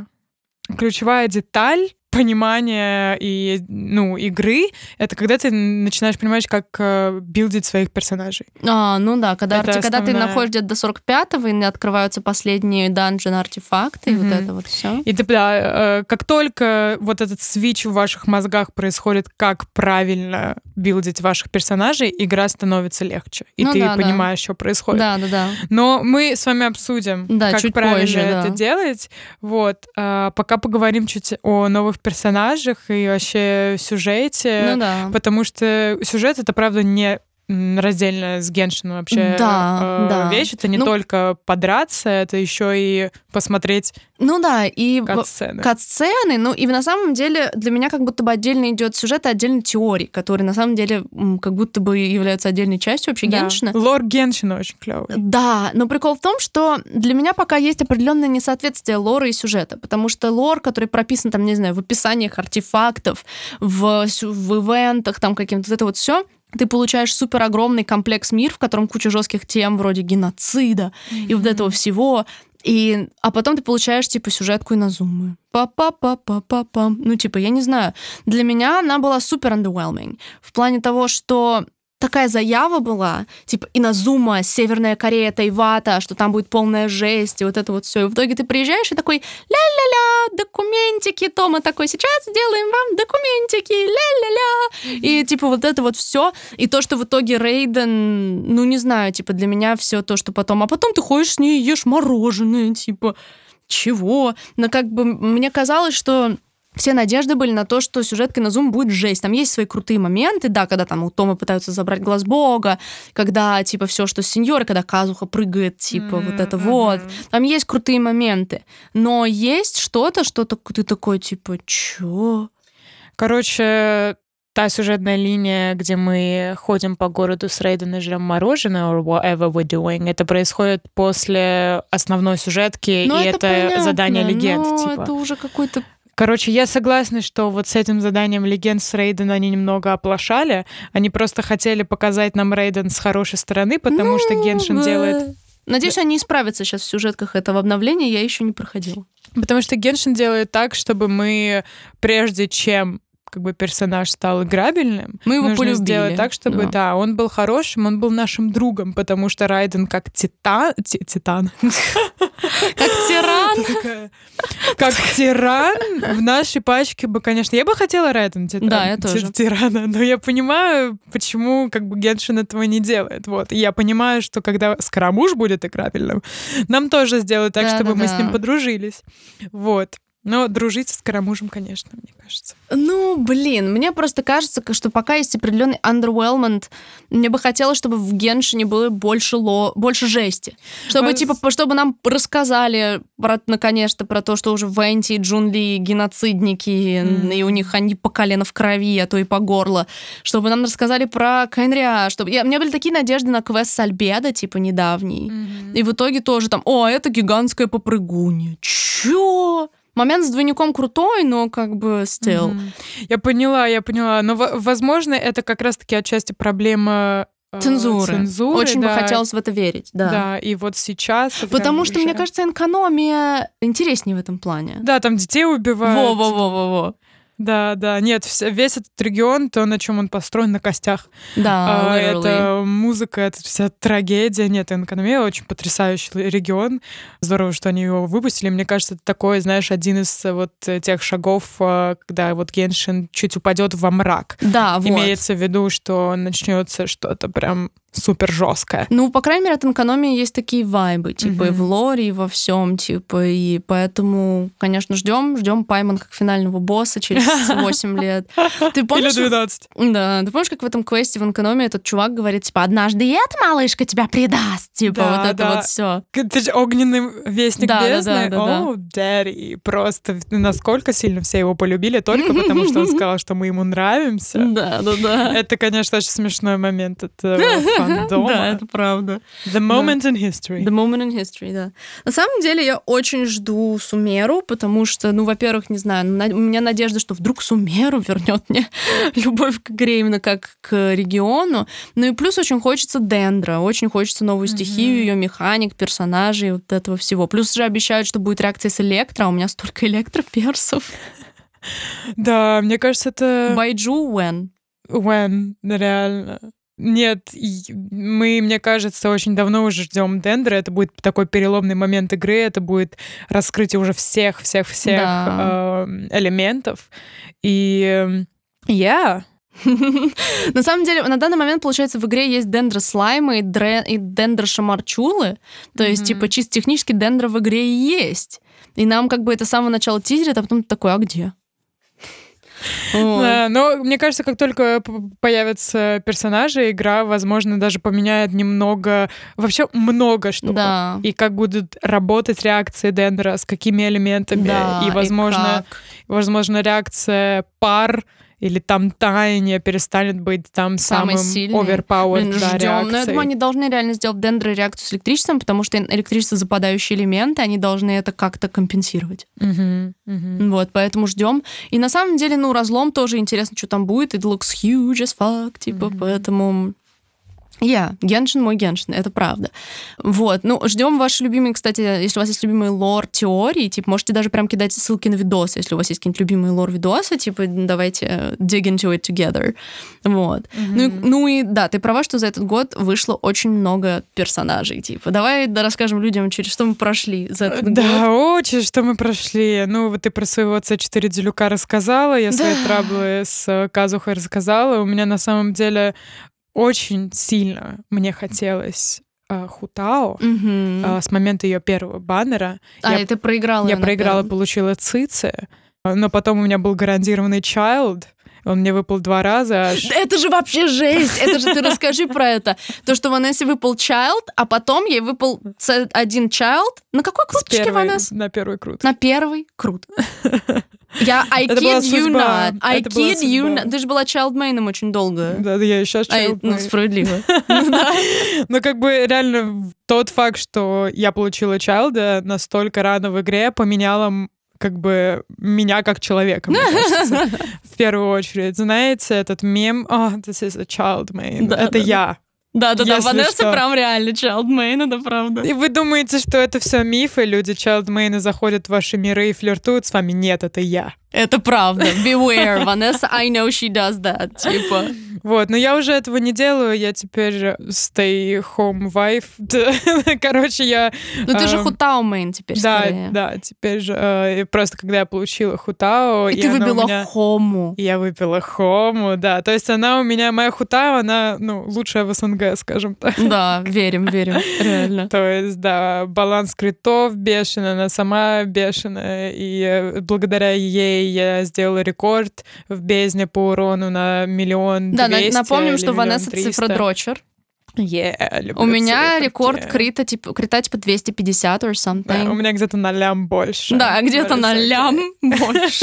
деталь понимание и, игры, это когда ты начинаешь понимать, как билдить своих персонажей. Да, когда ты находишь где-то до 45-го, и открываются последние данжен-артефакты, и вот это вот все. И как только вот этот свич в ваших мозгах происходит, как правильно билдить ваших персонажей, игра становится легче. И ты понимаешь, что происходит. Да. Но мы с вами обсудим, как правильно позже, это делать. Вот. Пока поговорим чуть о новых персонажах и вообще сюжете, потому что сюжет — это, правда, не раздельно с Геншином вообще вещь. Это не только подраться, это еще и посмотреть и кат-сцены. И на самом деле для меня как будто бы отдельно идет сюжет и отдельно теории, которые на самом деле как будто бы являются отдельной частью вообще Геншина. Лор Геншина очень клевый. Да, но прикол в том, что для меня пока есть определенное несоответствие лора и сюжета, потому что лор, который прописан там, не знаю, в описаниях артефактов, в ивентах, там каким-то, это вот все. Ты получаешь супер огромный комплекс мир, в котором куча жестких тем вроде геноцида и вот этого всего. А потом ты получаешь, типа, сюжетку Иназумы. Па-па-па-па-па-пам. Я не знаю. Для меня она была супер underwhelming. В плане того, что такая заява была, типа, Иназума, Северная Корея, Тайвата, что там будет полная жесть, и вот это вот все. И в итоге ты приезжаешь и такой, ля-ля-ля, документики, Тома такой, сейчас сделаем вам документики, ля-ля-ля. И, типа, вот это вот все. И то, что в итоге Рейден, не знаю, типа, для меня все то, что потом. А потом ты ходишь с ней и ешь мороженое, типа. чего? Но как бы мне казалось, что все надежды были на то, что сюжетка на Зум будет жесть. Там есть свои крутые моменты, да, когда там у Тома пытаются забрать глаз Бога, когда, типа, все, что с сеньорой, когда Казуха прыгает, типа, вот это вот. Там есть крутые моменты. Но есть что-то, ты такой, типа, чё? Короче, та сюжетная линия, где мы ходим по городу с Рейден и жрем мороженое, or whatever we're doing, это происходит после основной сюжетки, ну, и это понятно, задание легенд. Типа. Это уже какой-то... Короче, я согласна, что вот с этим заданием легенд с Рейден они немного оплошали. Они просто хотели показать нам Рейден с хорошей стороны, потому что Геншин делает... Надеюсь, они исправятся сейчас в сюжетках этого обновления, я еще не проходила. Потому что Геншин делает так, чтобы мы, прежде чем как бы персонаж стал играбельным, мы его нужно полюбили. Сделать так, чтобы, да, он был хорошим, он был нашим другом, потому что Райден как титан. Как тиран. Как тиран в нашей пачке бы, конечно... Я бы хотела Райден тирана, но я понимаю, почему как бы Геншин этого не делает. Вот. И я понимаю, что когда Скоромуш будет играбельным, нам тоже сделают так, чтобы мы с ним подружились. Вот. Но дружить с Скоромужем, конечно, мне кажется. Ну, блин, мне просто кажется, что пока есть определенный underwhelmment, мне бы хотелось, чтобы в Геншине было больше жести. Чтобы, чтобы нам рассказали, наконец-то, про то, что уже Венти и Джун Ли геноцидники, и у них они по колено в крови, а то и по горло. Чтобы нам рассказали про Кайнриа. У меня были такие надежды на квест с Альбедо, типа, недавний. И в итоге тоже там, это гигантская попрыгунья. Чё? Момент с двойником крутой, но как бы still. Я поняла. Но, возможно, это как раз-таки отчасти проблема цензуры. Очень бы хотелось в это верить, да. Да, и вот сейчас... Потому что, мне кажется, экономия интереснее в этом плане. Да, там детей убивают. Во-во-во-во-во. Да, нет, весь этот регион, то, на чем он построен, на костях. Да, это музыка, это вся трагедия. Нет, экономия очень потрясающий регион. Здорово, что они его выпустили. Мне кажется, это такой, знаешь, один из вот тех шагов, когда вот Геншин чуть упадет во мрак. Да, вот. Имеется в виду, что начнется что-то прям супер жесткое. Ну, по крайней мере, от экономии есть такие вайбы, типа и в лоре, и во всем, типа, и поэтому, конечно, ждем Пайман как финального босса через 8 лет. Ты помнишь? Или 12. Да, ты помнишь, как в этом квесте в экономии этот чувак говорит, типа, однажды эта малышка тебя предаст, типа, да, вот это вот все. Ты же огненный вестник бездны. О, Дэри. Просто насколько сильно все его полюбили, только потому что он сказал, что мы ему нравимся. Да. Это, конечно, очень смешной момент. Это фандома. Да, это правда. The moment in history. The moment in history, да. На самом деле я очень жду Сумеру, потому что, ну, во-первых, не знаю, у меня надежда, что вдруг Сумеру вернет мне любовь к игре именно как к региону. Ну и плюс очень хочется Дендра, очень хочется новую стихию, ее механик, персонажей, вот этого всего. Плюс же обещают, что будет реакция с Электро, а у меня столько электроперсов. Да, мне кажется, это... Байджу When, реально. Нет, мы, мне кажется, очень давно уже ждем Дендра. Это будет такой переломный момент игры, это будет раскрытие уже всех элементов. И На самом деле, на данный момент, получается, в игре есть Дендра слаймы и Дендра шамарчулы. То есть, типа, чисто технически Дендра в игре и есть. И нам как бы это с самого начала тизерит, а потом ты такой, а где? Да, но мне кажется, как только появятся персонажи, игра, возможно, даже поменяет немного, вообще много что. Да. И как будут работать реакции Дендра, с какими элементами, и, возможно, реакция пар или там таяние перестанет быть там самым overpowered реакцией. Но я думаю, они должны реально сделать Дендра реакцию с электричеством, потому что электричество западающие элементы, они должны это как-то компенсировать. Вот, поэтому ждем. И на самом деле, ну, разлом тоже интересно, что там будет. It looks huge as fuck, типа, поэтому... Геншин мой Геншин, это правда. Вот, ну, ждем ваши любимые, кстати, если у вас есть любимые лор-теории, типа, можете даже прям кидать ссылки на видосы, если у вас есть какие-нибудь любимые лор-видосы, типа, давайте dig into it together. Вот. Ну и да, ты права, что за этот год вышло очень много персонажей, типа. Давай расскажем людям, через что мы прошли за этот год. Да, через что мы прошли. Ну, вот ты про своего C4 Делюка рассказала, я свои траблы с Казухой рассказала. У меня на самом деле очень сильно мне хотелось Хутао с момента ее первого баннера. И ты проиграла. Я проиграла, получила цицы, но потом у меня был гарантированный child. Он мне выпал 2 раза. Это же вообще жесть! Это же ты расскажи про это. То, что Ванессе выпал child, а потом ей выпал один child. На какой круточке, Ванесса? На первый крут. На первый крут. I kid you not. I kid you not. Ты же была childmain'ом очень долго. Да, я и сейчас childmain. Ну, справедливо. Ну, как бы реально тот факт, что я получила чайлда настолько рано в игре, поменяла как бы меня как человека, мне кажется, в первую очередь. Знаете, этот мем this is a child main. Это я. Да, Ванесса прям реально childmain, это правда. И вы думаете, что это все мифы, люди childmain заходят в ваши миры и флиртуют с вами? Нет, это я. Это правда. Beware, Vanessa, I know she does that. Типа. Вот, но я уже этого не делаю, я теперь stay home wife. Короче, я... Ну ты же хутао мейн теперь, скорее. Да, теперь же просто когда я получила хутао... И ты выбила хому. Я выпила хому, да. То есть она у меня, моя хутао, она, лучшая в СНГ, скажем так. Да, верим, реально. То есть, да, баланс критов бешеный, она сама бешеная, и благодаря ей я сделала рекорд в бездне по урону на 1 200 000. Да, напомним, что Ванесса цифродрочер. Люблю у меня циферки. Рекорд крита типа 250 or something. Да, у меня где-то на лям больше. Да, где-то на лям больше.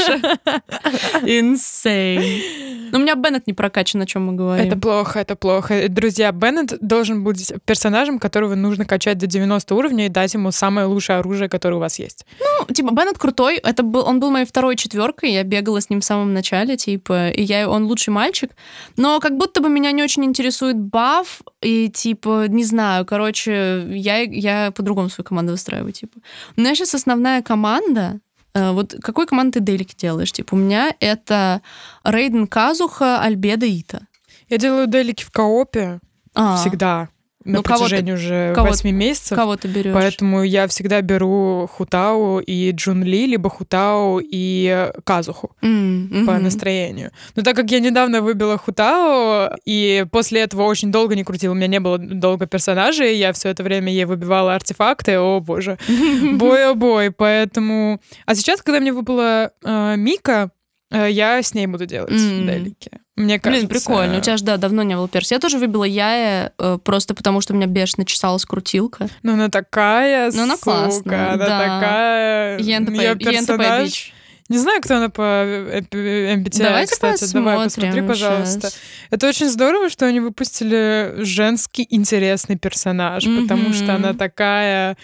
Insane. Но у меня Беннет не прокачан, о чем мы говорим. Это плохо. Друзья, Беннет должен быть персонажем, которого нужно качать до 90 уровня и дать ему самое лучшее оружие, которое у вас есть. Беннет крутой. Он был моей 2-й 4-кой, я бегала с ним в самом начале, и он лучший мальчик. Но как будто бы меня не очень интересует баф, и не знаю, короче, я по-другому свою команду выстраиваю, У меня сейчас основная команда. Вот какой команды ты делики делаешь? У меня это Рейден, Казуха, Альбедо, Ита. Я делаю делики в коопе всегда. На протяжении уже 8 месяцев. Кого ты берешь? Поэтому я всегда беру Хутао и Джун Ли, либо Хутао и Казуху по настроению. Но так как я недавно выбила Хутао, и после этого очень долго не крутила, у меня не было долго персонажей, я все это время ей выбивала артефакты, о боже, бой, поэтому... А сейчас, когда мне выпала Мика, я с ней буду делать делики. Мне кажется... Блин, прикольно. У тебя же, давно не было перс. Я тоже выбила Яя, просто потому что у меня бешено чесалась крутилка. Она такая, она классная, она такая... Её персонаж... Не знаю, кто она по MBTI, Давайте кстати. Давай, посмотри, пожалуйста. Сейчас. Это очень здорово, что они выпустили женский интересный персонаж, потому что она такая,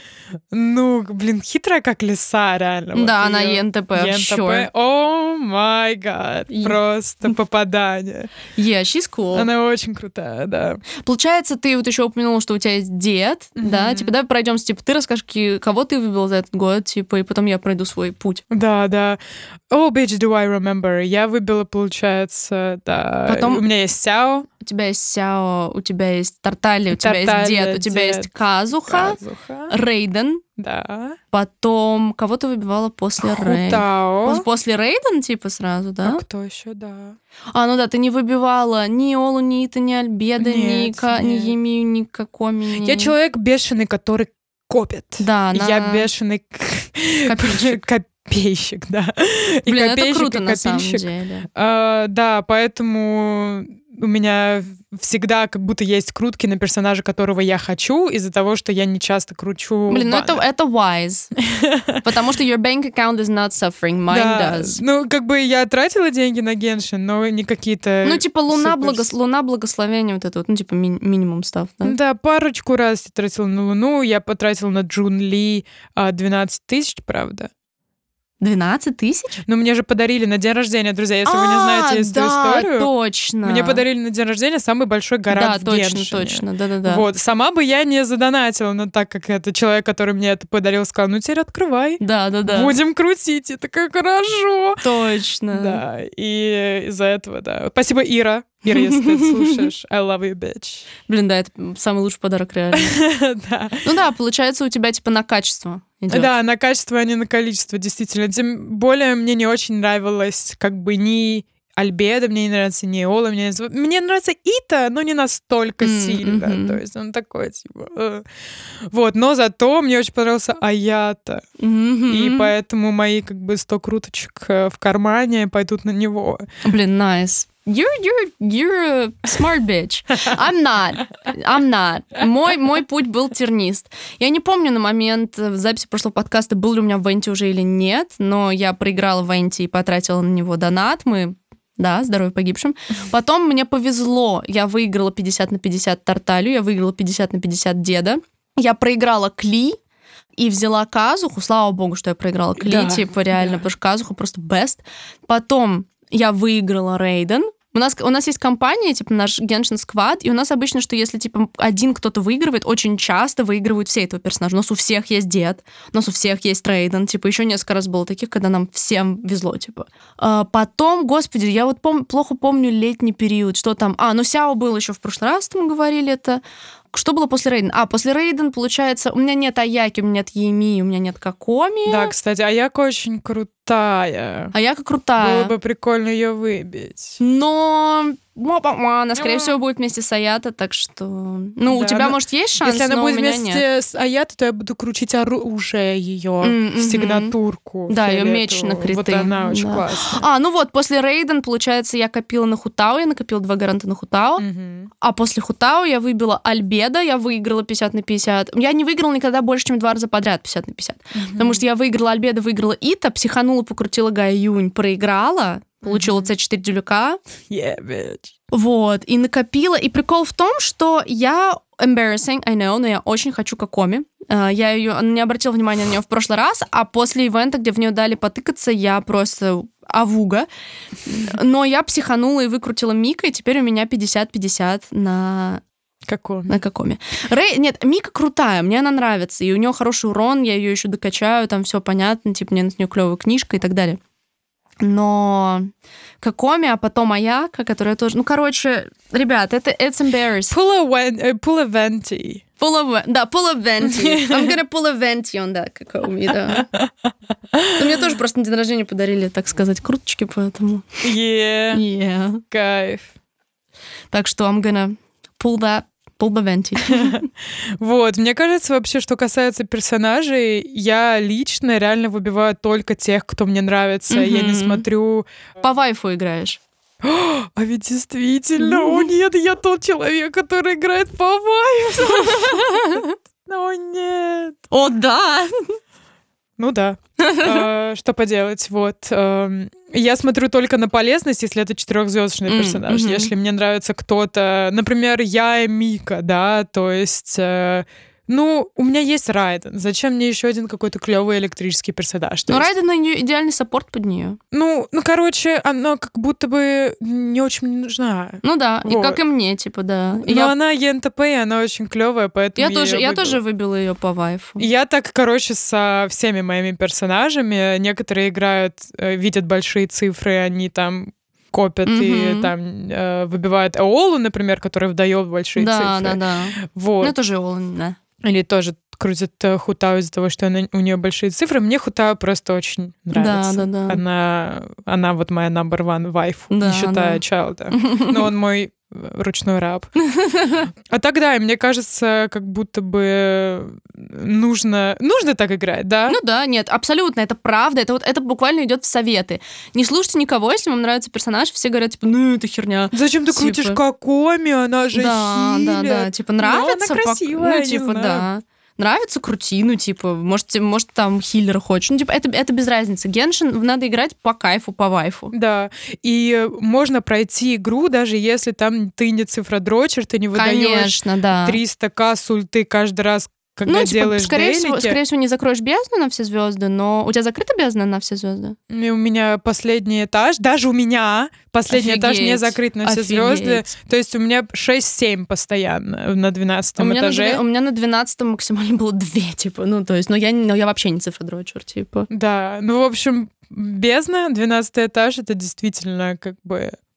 хитрая, как лиса, реально. Да, она ЕНТП, sure. О май гад, просто попадание. Yeah, she's cool. Она очень крутая, да. Получается, ты вот еще упомянула, что у тебя есть дед, да? Давай пройдемся, ты расскажешь, кого ты выбрала за этот год, и потом я пройду свой путь. Да. Oh, bitch, do I remember. Я выбила, получается, да. Потом... У меня есть Сяо. У тебя есть Сяо, у тебя есть Тарталья, у тебя есть дед, у тебя есть Казуха, Рейден. Да. Потом, кого ты выбивала после Хутао. После Рейден, сразу, да? А кто еще, да. Ты не выбивала ни Олу, ни Ита, ни Альбедо, ни Емию, ни Какоми. Я человек бешеный, который копит. Да, я бешеный копейщик, да. И блин, копейщик, это круто, и на самом копильщик. деле. Да, поэтому у меня всегда как будто есть крутки на персонажа, которого я хочу, из-за того, что я не часто кручу. Блин, это wise. Потому что your bank account is not suffering, mine does. Я тратила деньги на Геншин, но не какие-то... Луна благословения, вот это вот, минимум став, да? Да, парочку раз я тратила на Луну, я потратила на Джун Ли 12 тысяч, правда. 12 тысяч? Ну, мне же подарили на день рождения, друзья, если вы не знаете эту историю. Точно. Мне подарили на день рождения самый большой гарант в Геншине. Да, точно, да. Вот, сама бы я не задонатила, но так как это человек, который мне это подарил, сказал, теперь открывай. Да. Будем крутить, это как хорошо. Точно. Да, и из-за этого, да. Спасибо, Ира. Ира, если ты это слушаешь, I love you, bitch. Блин, да, это самый лучший подарок реально. Да. Получается, у тебя на качество идет. Да, на качество, а не на количество, действительно. Тем более мне не очень нравилось ни Альбедо, мне не нравится Неола, мне нравится Ита, но не настолько сильно. То есть он такой, типа... Вот, но зато мне очень понравился Аята. И поэтому мои как бы 100 круточек в кармане пойдут на него. Блин, nice. You're a smart bitch. I'm not. Мой путь был тернист. Я не помню на момент записи прошлого подкаста, был ли у меня Венти уже или нет, но я проиграла Венти и потратила на него донат. Да, здоровье погибшим. Потом мне повезло. Я выиграла 50 на 50 Тарталью, я выиграла 50 на 50 Деда. Я проиграла Кли и взяла Казуху. Слава богу, что я проиграла Кли, да, типа реально, потому что Казуха просто best. Потом я выиграла Рейден. У нас есть компания, типа наш Genshin Squad, и у нас обычно, что если типа один кто-то выигрывает, очень часто выигрывают все этого персонажа. У нас у всех есть Дед, у нас у всех есть Рейден, типа еще несколько раз было таких, когда нам всем везло, типа. Потом, господи, я вот плохо помню летний период, что там... ну Сяо был еще в прошлый раз, мы говорили это. Что было после Рейден? После Рейден, получается, у меня нет Аяки, у меня нет Йеми, у меня нет Какоми. Да, кстати, Аяка очень крутая. Аяка крутая. Было бы прикольно ее выбить. Но она, скорее всего, будет вместе с Аято, так что... Ну, да, у тебя, может, есть шанс, если она но будет у меня вместе нет. с Аято, то я буду крутить оружие ее, сигнатурку. Да, ее меч на криты. Вот она очень классная. Ну вот, после Рейден, получается, я копила на Хутао, я накопила 2 гаранта на Хутао. А после Хутао я выбила Альбедо, я выиграла 50 на 50. Я не выиграла никогда больше, чем 2 раза подряд 50 на 50. Потому что я выиграла Альбедо, выиграла Ита, психанула, покрутила Гай Юнь, проиграла, получила C4 дюлюка. Yeah, bitch. Вот, и накопила. И прикол в том, что я embarrassing, I know, но я очень хочу Какоми. Я не обратила внимания на нее в прошлый раз, а после ивента, где в нее дали потыкаться, я просто авуга. Но я психанула и выкрутила Мика, и теперь у меня 50-50 на Какоми. Нет, Мика крутая, мне она нравится, и у нее хороший урон, я ее еще докачаю, там все понятно, типа мне с нее клевая книжка и так далее. Но Какоми, а потом Аяка, которая тоже... Ну, короче, ребят, it's embarrassing. Pull a venti. Pull a venti. I'm gonna pull a venti on that Какоми, да. Но мне тоже просто на день рождения подарили, так сказать, круточки, поэтому... Yeah. Кайф. Так что I'm gonna pull the venti. Вот, мне кажется, вообще, что касается персонажей, я лично реально выбиваю только тех, кто мне нравится. Я не смотрю... По вайфу играешь. А ведь действительно, о нет, я тот человек, который играет по вайфу. О нет. О да. Ну да. Что поделать, вот. Я смотрю только на полезность, если это 4-звездочный персонаж. Если мне нравится кто-то, например, я и Мика, да, то есть... у меня есть Райден. Зачем мне еще один какой-то клевый электрический персонаж? Но Райден идеальный саппорт под нее. Короче, она как будто бы не очень мне нужна. Ну да, вот. И как и мне, типа, да. Но она ЕНТП, и она очень клевая, поэтому я тоже выбила ее по вайфу. Я так, короче, со всеми моими персонажами. Некоторые играют, видят большие цифры, они там копят и там выбивают Эолу, например, которая выдает большие цифры. Да. Вот. Ну, это же Эола, да. Или тоже крутят Хутао из-за того, что у нее большие цифры. Мне Хутао просто очень нравится. Да. Она вот моя number one вайфу, не считая Чайлда. Но он мой ручной раб. А тогда, мне кажется, как будто бы нужно так играть, да? Ну да, нет, абсолютно, это правда, это буквально идет в советы. Не слушайте никого, если вам нравится персонаж, все говорят, типа, это херня. Зачем ты крутишь Какоми, она же хилит. Да, типа, нравится? Она красивая, да. Нравится, крути, может, там хиллера хочешь. Это без разницы. Геншин надо играть по кайфу, по вайфу. Да, и можно пройти игру, даже если там ты не цифродрочер, ты не выдаешь 300к с ульты каждый раз, когда делаешь дейлики. Скорее всего, не закроешь бездну на все звезды, но у тебя закрыта бездна на все звезды? И у меня последний этаж, даже у меня последний этаж не закрыт на все звезды. То есть у меня 6-7 постоянно на 12-м этаже. У меня на 12-м максимально было 2, типа, я вообще не цифродрочер, типа. Да, в общем, бездна, 12-й этаж, это действительно как бы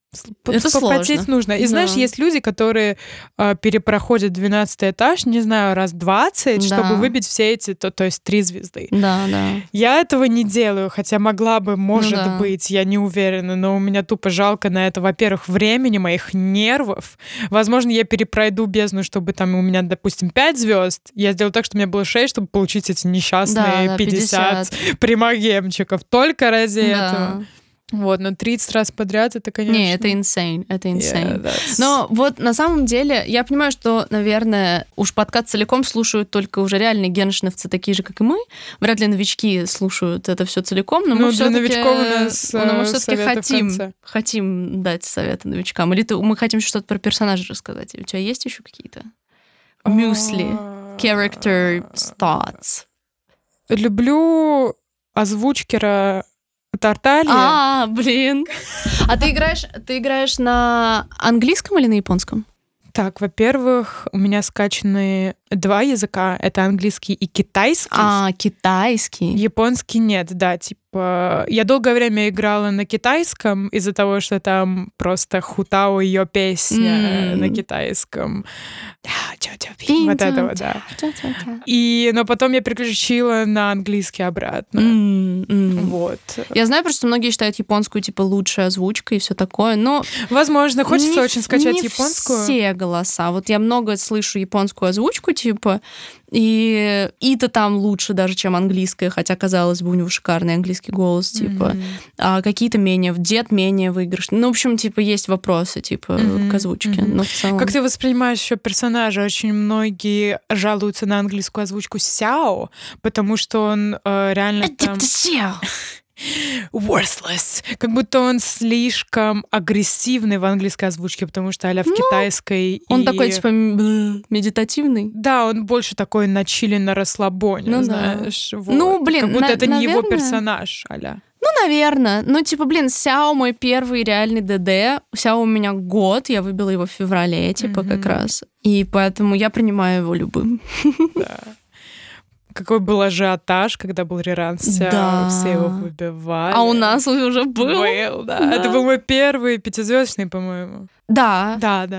Это попотеть сложно. нужно. И знаешь, есть люди, которые перепроходят 12 этаж, не знаю, раз 20, чтобы выбить все эти, то есть 3 звезды. Да. Я этого не делаю, хотя могла бы, может быть, я не уверена, но у меня тупо жалко на это, во-первых, времени, моих нервов. Возможно, я перепройду бездну, чтобы там у меня, допустим, 5 звезд. Я сделаю так, чтобы у меня было 6, чтобы получить эти несчастные 50 примагемчиков. Только ради этого. Вот, но 30 раз подряд, это, конечно... Не, это insane, Но вот на самом деле, я понимаю, что, наверное, уж подкаст целиком слушают только уже реальные геншиновцы, такие же, как и мы. Вряд ли новички слушают это все целиком, но мы все-таки... новичков у нас мы все-таки хотим дать советы новичкам. Или мы хотим что-то про персонажа рассказать. У тебя есть еще какие-то? Мюсли, character thoughts. Люблю озвучкера Тарталья. Блин. А ты играешь на английском или на японском? Так, во-первых, у меня скачаны 2 языка. Это английский и китайский. Китайский. Японский нет, да. Типа, я долгое время играла на китайском из-за того, что там просто Хутао, ее песня на китайском. Вот этого, да. Но потом я переключила на английский обратно. Вот. Я знаю просто, многие считают японскую, типа, лучшей озвучкой и все такое, но... Возможно, хочется очень скачать японскую. Не все голоса. Вот я много слышу японскую озвучку, типа, и Ита там лучше даже, чем английская, хотя, казалось бы, у него шикарный английский голос, типа. А какие-то Дед менее выигрышный. Ну, в общем, типа, есть вопросы, типа, к озвучке. Но в целом... Как ты воспринимаешь еще персонажа? Очень многие жалуются на английскую озвучку Сяо, потому что он реально там... worthless. Как будто он слишком агрессивный в английской озвучке, потому что а-ля в китайской... Он такой, типа, медитативный. Да, он больше такой на чили, на расслабоне, знаешь. Вот. Ну, блин, как будто это не его персонаж, а-ля. Ну, наверное. Ну, типа, блин, Сяо мой первый реальный ДД. Сяо у меня год, я выбила его в феврале, типа, как раз. И поэтому я принимаю его любым. Да. Какой был ажиотаж, когда был реран Сяо, все его выбивали. А у нас уже был. Да. Это был мой первый 5-звездочный, по-моему. Да,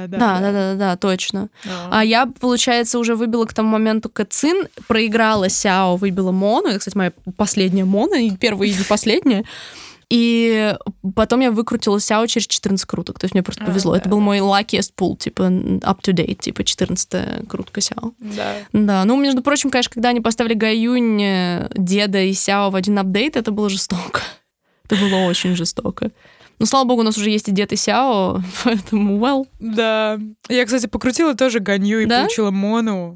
точно. А я, получается, уже выбила к тому моменту Кэцин, проиграла Сяо, выбила Мону. Это, кстати, моя последняя Мона, и первая, и не последняя. И потом я выкрутила Сяо через 14 круток. То есть мне просто повезло. Это был мой luckiest pull, типа up to date, типа 14-я крутка Сяо. Да. Ну, между прочим, конечно, когда они поставили Гаюнь, Деда и Сяо в один апдейт, это было жестоко. Это было очень жестоко. Но, слава богу, у нас уже есть и Дед, и Сяо, поэтому well. Да. Я, кстати, покрутила тоже Ганью и получила Мону.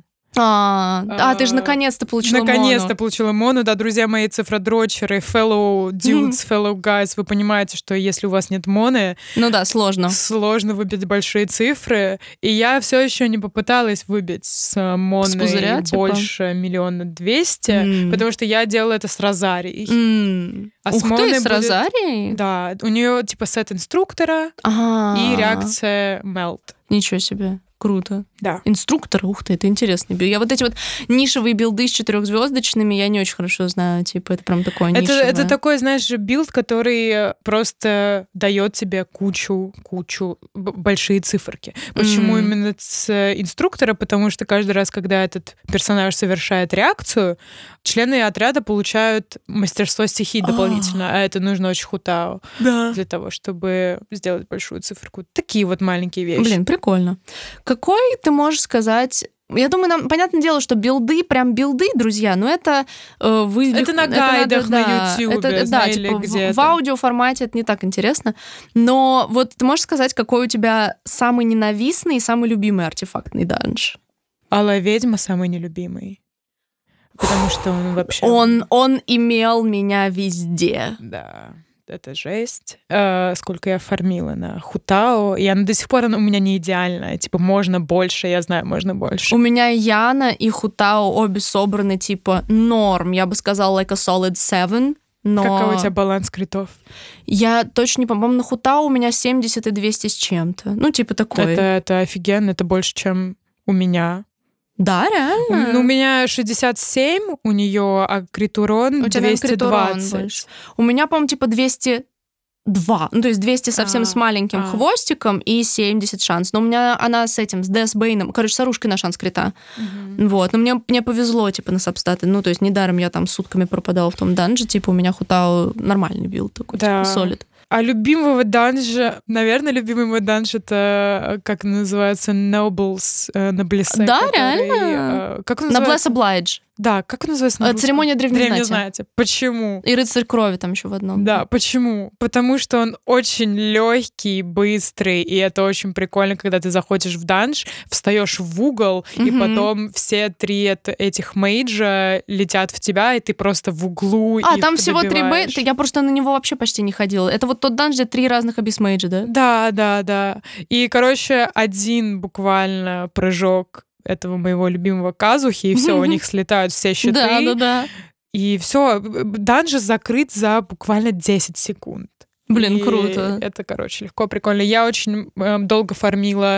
Ты же наконец-то получила Мону. Наконец-то получила Мону, да, друзья мои цифродрочеры, fellow dudes, fellow guys, вы понимаете, что если у вас нет Моны... Ну да, сложно. Сложно выбить большие цифры, и я все еще не попыталась выбить с Моной с пузыря, больше 1 200 000, потому что я делала это с Розарией. Ух ты, с Розарией? Да, у нее типа сет инструктора и реакция melt. Ничего себе. Круто. Да. Инструктор, ух ты, это интересный билд. Я вот эти вот нишевые билды с 4-звездочными, я не очень хорошо знаю, типа, это прям такое нишевое. Это такой, знаешь, билд, который просто дает тебе кучу большие циферки. Почему именно с инструктора? Потому что каждый раз, когда этот персонаж совершает реакцию, члены отряда получают мастерство стихий дополнительно, а это нужно очень Хутао для того, чтобы сделать большую циферку. Такие вот маленькие вещи. Блин, прикольно. Какой ты можешь сказать... Я думаю, нам понятное дело, что билды, прям билды, друзья, но это это на гайдах на YouTube, да, типа где-то. В аудиоформате это не так интересно. Но вот ты можешь сказать, какой у тебя самый ненавистный и самый любимый артефактный данж? Алая ведьма самый нелюбимый. Потому что он вообще... Он имел меня везде. Да. Это жесть. Сколько я фармила на Хутао. И она до сих пор у меня не идеальная. Типа, можно больше, я знаю, можно больше. У меня Яна и Хутао обе собраны, типа, норм. Я бы сказала, like a solid 7. Но... Какой у тебя баланс критов? Я точно не помню. По-моему, на Хутао у меня 70 и 200 с чем-то. Ну, типа, такое. Это офигенно. Это больше, чем у меня. Да, реально? Ну, у меня 67, у нее, а крит урон 220. У меня, по-моему, типа 200 2. Ну, то есть 200 совсем с маленьким хвостиком и 70 шанс. Но у меня она с Дэсбейном, короче, с оружкой на шанс крита. Вот. Но мне повезло, типа, на сабстаты. Ну, то есть недаром я там сутками пропадала в том данже. Типа, у меня Хутао нормальный билд такой, типа, солид. А любимого данжа, наверное, любимый мой данж это, как называется, Nobles, Noblesse. Да, реально? Как он называется? Noblesse Oblige. Да, как он называется? Церемония древнезнатия. Почему? И рыцарь крови там еще в одном. Да, почему? Потому что он очень легкий, быстрый, и это очень прикольно, когда ты заходишь в данж, встаешь в угол, и потом все 3 этих мейджа летят в тебя, и ты просто в углу их там всего 3 добиваешь. Я просто на него вообще почти не ходила. Это вот тот данж, где 3 разных абис мейджа, да? Да. И, короче, один буквально прыжок этого моего любимого Казухи, и все, у них слетают все щиты. Да. И все, данж закрыт за буквально 10 секунд. Блин, круто. Это, короче, легко, прикольно. Я очень долго фармила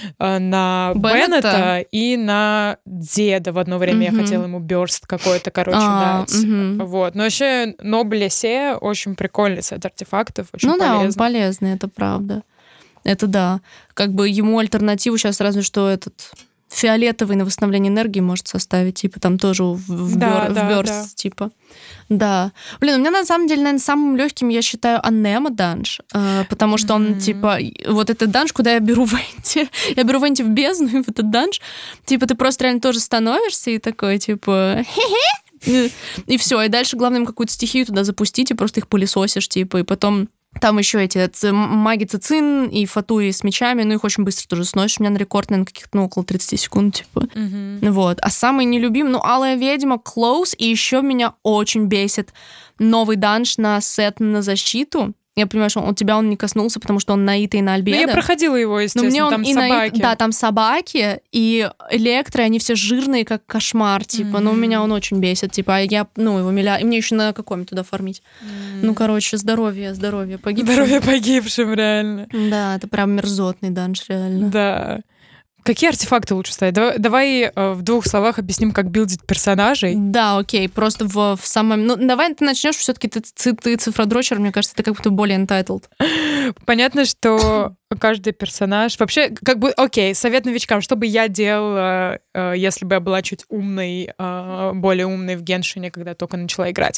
на Беннета и на Деда. В одно время я хотела ему бёрст какой-то, короче, дать. Вот. Но вообще Noblesse очень прикольный сет артефактов, очень полезный. Да, он полезный, это правда. Это да. Как бы ему альтернативу сейчас разве что этот фиолетовый на восстановление энергии может составить, типа там тоже в бёрст, типа. Да. Блин, у меня на самом деле, наверное, самым легким я считаю Анема данж, потому что он, типа, вот этот данж, куда я беру Венти. Я беру Венти в бездну, и в этот данж, типа, ты просто реально тоже становишься и такой, типа, хе-хе, и все. И дальше главное им какую-то стихию туда запустить, и просто их пылесосишь, типа, и потом там еще эти маги Цицин и Фатуи с мечами, ну, их очень быстро тоже сносишь. У меня на рекорд, наверное, каких-то, около 30 секунд, типа. Вот. А самый нелюбимый, Алая ведьма, Close, и еще меня очень бесит новый данж на сет на защиту. Я понимаю, что тебя он не коснулся, потому что он на Ита и на Альбедо. Ну, я проходила его, естественно, там собаки. Да, там собаки, и Электро, они все жирные, как кошмар, типа. Но меня он очень бесит, типа, я, его миля... И мне еще на каком туда фармить. Ну, короче, здоровье погибшим. Здоровье погибшим, реально. Да, это прям мерзотный данж, реально. Да. Какие артефакты лучше ставить? Давай в 2 словах объясним, как билдить персонажей. Да, окей, просто в самом... Ну, давай ты начнешь, все-таки ты цифродрочер, мне кажется, ты как будто более entitled. Понятно, что каждый персонаж... Вообще, как бы, окей, совет новичкам, что бы я делала, если бы я была чуть умной, более умной в Геншине, когда только начала играть.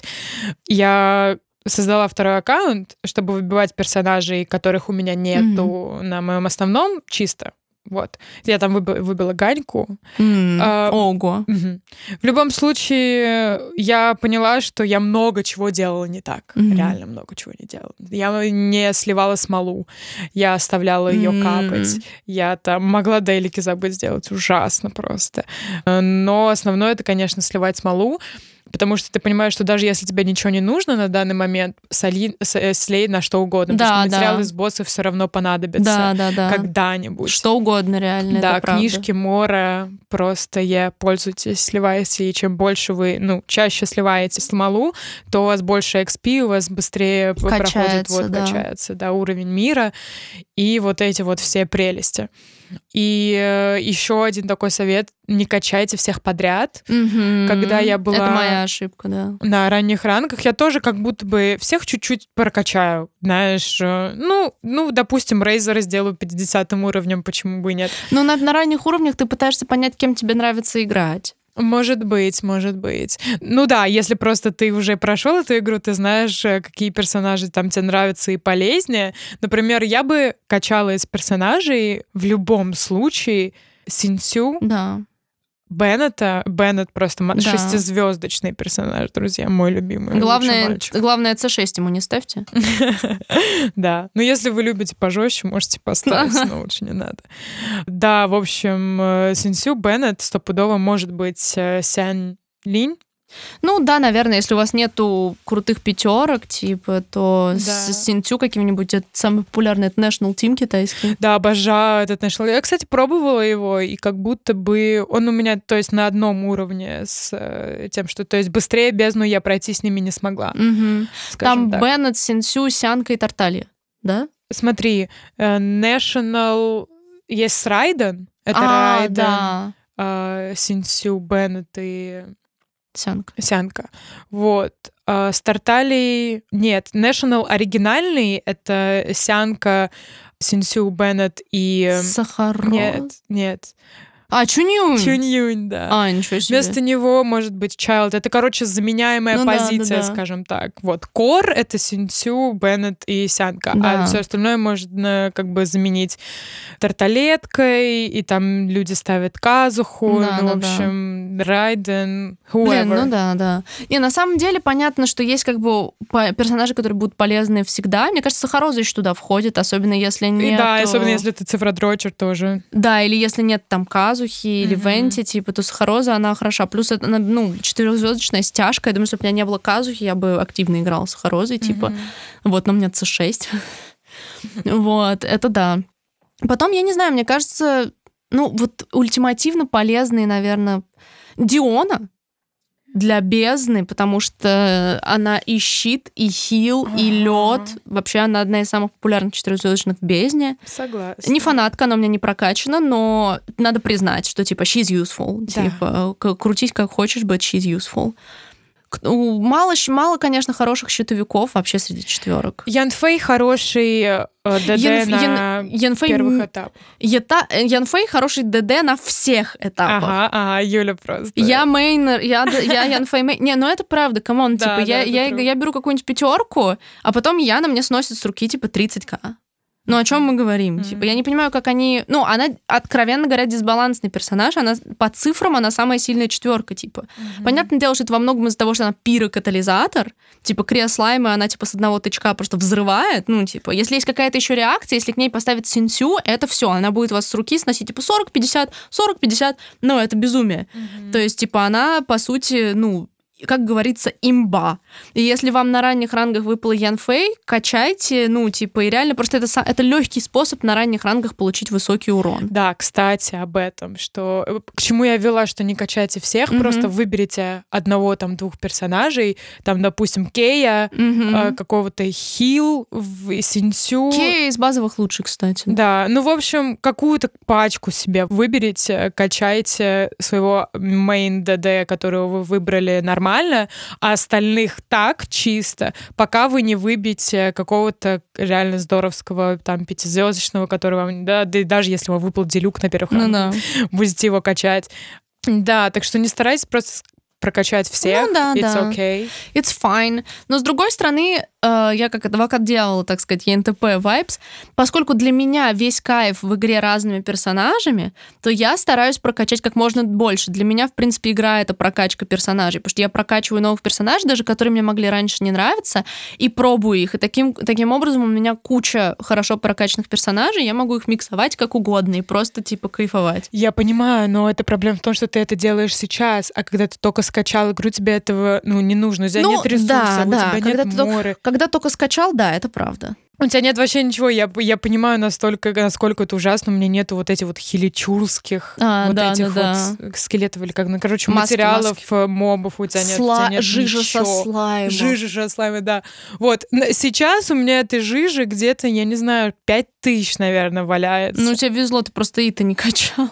Я создала 2 аккаунт, чтобы выбивать персонажей, которых у меня нету на моем основном, чисто. Вот. Я там выбила Ганьку. Ого. В любом случае, я поняла, что я много чего делала не так. Реально много чего не делала. Я не сливала смолу. Я оставляла ее капать. Я там могла дейлики забыть сделать. Ужасно просто. Но основное — это, конечно, сливать смолу. Потому что ты понимаешь, что даже если тебе ничего не нужно на данный момент, слей на что угодно. Потому что материалы из боссов все равно понадобятся когда-нибудь. Что угодно, реально, да, это правда. Книжки, Мора, просто пользуйтесь, сливайте. И чем больше вы, чаще сливаете смолу, то у вас больше XP, у вас быстрее проходит качается уровень мира. И вот эти вот все прелести. И еще один такой совет: не качайте всех подряд. Когда я была... Это моя ошибка, да. На ранних ранках я тоже как будто бы всех чуть-чуть прокачаю, знаешь. Ну, допустим, Рейзера сделаю 50 уровнем, почему бы и нет. Но на ранних уровнях ты пытаешься понять, кем тебе нравится играть. Может быть. Ну да, если просто ты уже прошел эту игру, ты знаешь, какие персонажи там тебе нравятся и полезнее. Например, я бы качала из персонажей в любом случае Синсю, Беннета. Беннет просто 6-звездочный персонаж, друзья, мой любимый. Главное, C6 ему не ставьте. Да, но если вы любите пожестче, можете поставить, но лучше не надо. Да, в общем, Синсю, Беннет стопудово может быть Сянь Линь. Ну да, наверное, если у вас нету крутых пятерок, типа, то с Синцю каким-нибудь, это самый популярный, это National Team китайский. Да, обожаю этот National. Я, кстати, пробовала его, и как будто бы он у меня, то есть, на одном уровне с тем, что, то есть, быстрее бездну я пройти с ними не смогла. Там Беннет, Синцю, Сянка и Тарталья, да? Смотри, National есть Райден, это Райден, Синцю, Беннет и... Сянка. Вот. Старталий... Нет, National оригинальный — это Сянка, Синсю Беннет и... Сахароза? Нет. Чуньюнь. Чуньюнь, да. Ничего себе. Вместо него может быть Child. Это, короче, заменяемая позиция, скажем так. Вот. Кор — это Синсю, Беннет и Сянка. А все остальное можно как бы заменить Тарталеткой, и там люди ставят Казуху, в общем, Райден, whoever. Блин, да. Не, на самом деле понятно, что есть как бы персонажи, которые будут полезны всегда. Мне кажется, Сахароза еще туда входит, особенно если нет... Да, особенно если ты цифродрочер тоже. Да, или если нет там Казухи или Венти, типа, то Сахароза, она хороша. Плюс это, 4-звездочная стяжка. Я думаю, если бы у меня не было Казухи, я бы активно играла с Сахарозой, типа. Вот, но у меня C6. Вот, это да. Потом, я не знаю, мне кажется, вот ультимативно полезный, наверное, Диона для бездны, потому что она и щит, и хил, и лед. Вообще она одна из самых популярных 4-звездочных в бездне. Согласна. Не фанатка, она у меня не прокачана, но надо признать, что типа she's useful. Да. Типа крутить как хочешь, but she's useful. Мало, конечно, хороших щитовиков вообще среди четверок. Янфэй хороший ДД на первых этапах. Янфэй хороший ДД на всех этапах. Ага, Юля просто. Я мейнер, я Янфэй мейнер. Не, это правда, камон, типа, я беру какую-нибудь 5, а потом Яна мне сносит с руки, типа, 30к. О чем мы говорим? Типа, я не понимаю, как они... она, откровенно говоря, дисбалансный персонаж. Она по цифрам, она самая сильная 4, типа. Понятное дело, что это во многом из-за того, что она пирокатализатор. Типа, Крия Слайма, она, типа, с одного тычка просто взрывает. Типа, если есть какая-то еще реакция, если к ней поставить Синсю, это все. Она будет вас с руки сносить, типа, 40-50, 40-50. Это безумие. То есть, типа, она, по сути, как говорится, имба. И если вам на ранних рангах выпал Янфэй, качайте, и реально просто это легкий способ на ранних рангах получить высокий урон. Да, кстати, об этом, что к чему я вела, что не качайте всех, просто выберите одного, двух персонажей, допустим, Кея, какого-то Хил, Синсю. Кея из базовых лучших, кстати. Да, в общем, какую-то пачку себе выберите, качайте своего мейн ДД, которого вы выбрали нормально, а остальных так чисто, пока вы не выбьете какого-то реально здоровского 5-звездочного, который вам, да и даже если вам выпал делюк на первых рангах, будете его качать. Да, так что не старайтесь просто прокачать всех. It's okay. It's fine. Но с другой стороны, я как адвокат дьявола, так сказать, ЕНТП vibes, поскольку для меня весь кайф в игре разными персонажами, то я стараюсь прокачать как можно больше. Для меня, в принципе, игра — это прокачка персонажей, потому что я прокачиваю новых персонажей, даже которые мне могли раньше не нравиться, и пробую их. И таким образом у меня куча хорошо прокачанных персонажей, я могу их миксовать как угодно и просто, кайфовать. Я понимаю, но это проблема в том, что ты это делаешь сейчас, а когда ты только скачал игру, тебе этого не нужно. У тебя нет ресурсов, у тебя нет моря. Когда только скачал, да, это правда. У тебя нет вообще ничего. Я понимаю насколько это ужасно. У меня нету вот этих вот хиличурских скелетов или как, материалов, мобов. У тебя нет жижа ничего. Со слаймом. Жижа со слаймом, да. Вот. Сейчас у меня этой жижи где-то, я не знаю, 5000, наверное, валяется. Тебе везло, ты просто Ита не качала.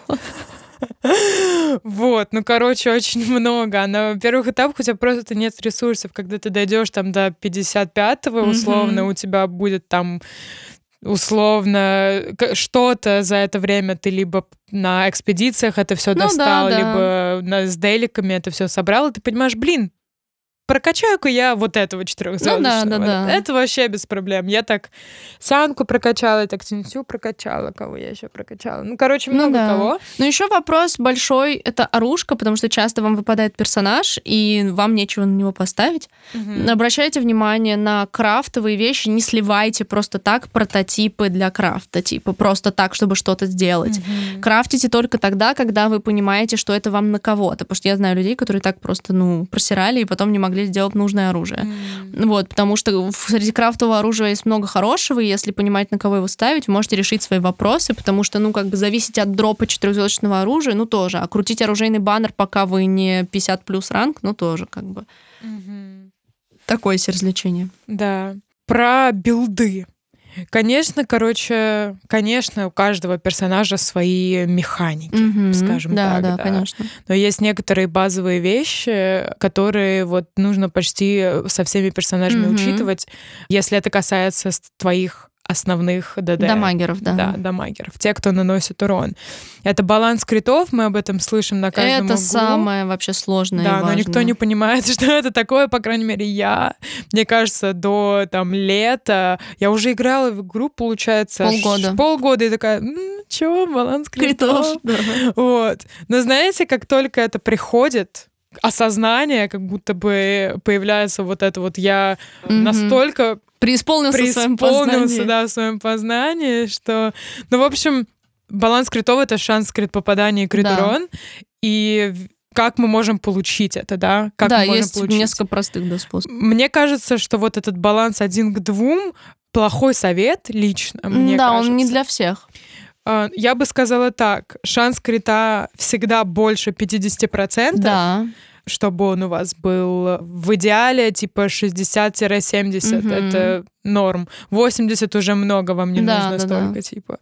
Вот, очень много. А на первых этапах у тебя просто нет ресурсов. Когда ты дойдешь до 55-го, условно, у тебя будет условно что-то за это время ты либо на экспедициях это все достал, либо с дейликами это все собрал, и ты понимаешь, прокачаю-ка я вот этого 4-звездочного. Это вообще без проблем. Я так Сянку прокачала, я так Синсю прокачала. Кого я еще прокачала? Много кого. Но еще вопрос большой — это оружка, потому что часто вам выпадает персонаж, и вам нечего на него поставить. Обращайте внимание на крафтовые вещи, не сливайте просто так прототипы для крафта, просто так, чтобы что-то сделать. Крафтите только тогда, когда вы понимаете, что это вам на кого-то. Потому что я знаю людей, которые так просто, просирали и потом не могли сделать нужное оружие. Вот, потому что среди крафтового оружия есть много хорошего, и если понимать, на кого его ставить, вы можете решить свои вопросы, потому что, зависеть от дропа 4-звездочного оружия, тоже. А крутить оружейный баннер, пока вы не 50+ ранг, тоже Такое себе развлечение. Да. Про билды. Конечно, у каждого персонажа свои механики, скажем так. Да, конечно. Но есть некоторые базовые вещи, которые вот нужно почти со всеми персонажами учитывать, если это касается твоих основных ДД. Дамагеров, да. Да, дамагеров. Те, кто наносит урон. Это баланс критов, мы об этом слышим на каждом углу. Это самое вообще сложное и важное. Да, но никто не понимает, что это такое, по крайней мере, я. Мне кажется, до лета я уже играла в игру, получается, полгода, и такая, чё, баланс критов? Да. Вот. Но знаете, как только это приходит, осознание, как будто бы появляется вот это вот я настолько преисполнился в своем познании, что... Ну, в общем, баланс критов — это шанс крит попадания и крит урон. И как мы можем получить это, да? Как мы можем есть получить? Несколько простых способов. Мне кажется, что вот этот баланс 1:2 плохой совет лично, мне кажется. Он не для всех. Я бы сказала так. Шанс крита всегда больше 50%. Да. Чтобы он у вас был в идеале типа 60-70. Это норм. 80 уже много, вам не нужно столько, типа.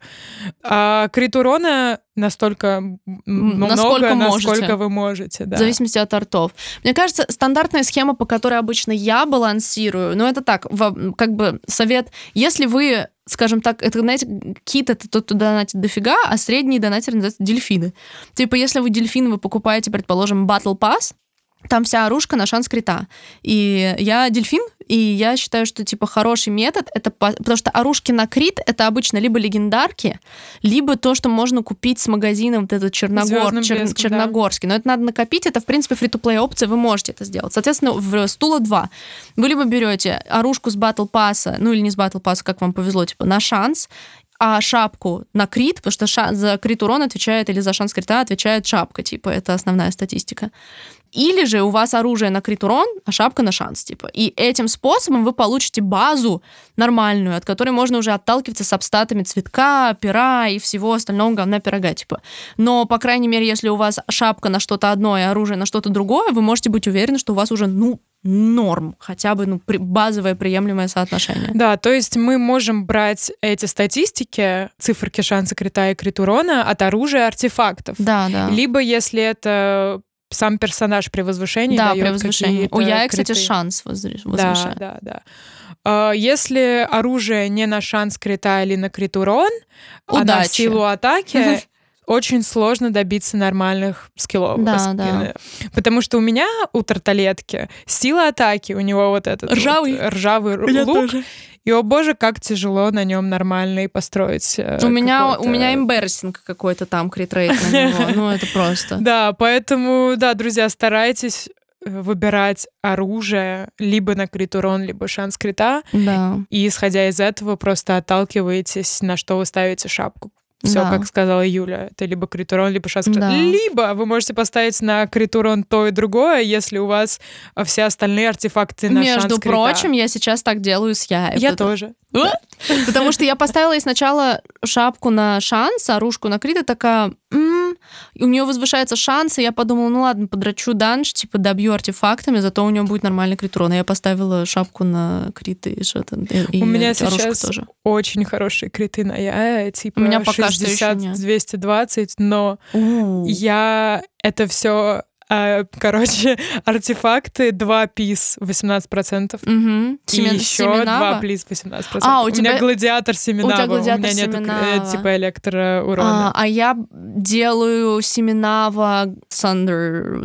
А крит урона настолько много, насколько вы можете. Да. В зависимости от артов. Мне кажется, стандартная схема, по которой обычно я балансирую, это так, как бы совет, если вы, скажем так, это, знаете, кит — это тот, кто донатит дофига, а средние донатеры называются дельфины. Типа, если вы дельфин, вы покупаете, предположим, Battle Pass, там вся оружка на шанс крита. И я дельфин, и я считаю, что, типа, хороший метод, это потому что оружки на крит — это обычно либо легендарки, либо то, что можно купить с магазина, вот этот черногорский. Но это надо накопить, это, в принципе, фри-то-плей опция, вы можете это сделать. Соответственно, в стула 2 вы либо берете оружку с Battle Pass, или не с Battle Pass, как вам повезло, типа, на шанс, а шапку на крит, потому что за крит урон отвечает, или за шанс крита отвечает шапка, типа, это основная статистика. Или же у вас оружие на крит урон, а шапка на шанс, типа. И этим способом вы получите базу нормальную, от которой можно уже отталкиваться с обстатами цветка, пера и всего остального говна пирога, типа. Но, по крайней мере, если у вас шапка на что-то одно и оружие на что-то другое, вы можете быть уверены, что у вас уже, норм, хотя бы базовое приемлемое соотношение. Да, то есть мы можем брать эти статистики, циферки шанса крита и крит урона от оружия артефактов. Да. Либо если это сам персонаж при возвышении дает при возвышении. У Яи, кстати, криты. Шанс возвышает. Да. Если оружие не на шанс крита или на крит урон, а на силу атаки, очень сложно добиться нормальных скиллов. Да. Потому что у тарталетки сила атаки, у него вот этот ржавый лук. И, о боже, как тяжело на нем нормально и построить. У меня эмбэрсинг какой-то там, критрейт на него. Это просто. Да, поэтому, друзья, старайтесь выбирать оружие либо на крит урон, либо шанс крита. Да. И, исходя из этого, просто отталкиваетесь, на что вы ставите шапку. Все, как сказала Юля, это либо крит урон, либо шанс крита. Либо вы можете поставить на крит урон то и другое, если у вас все остальные артефакты на шанс крита. Между прочим, я сейчас так делаю с Яей. Я тоже. Потому что я поставила ей сначала шапку на шанс, а оружку на крит, и такая... И у нее возвышается шанс, и я подумала, ладно, подрачу данж, типа добью артефактами, зато у нее будет нормальный крит урон. И я поставила шапку на крит и что-то. У меня сейчас тоже очень хорошие криты на Яе, типа у меня пока 60-220, но я это все... артефакты 2 пис 18%. И еще 2 плиз 18%. У меня гладиатор Семенава. У меня нет типа электроурона. А я делаю Семенава Thunder.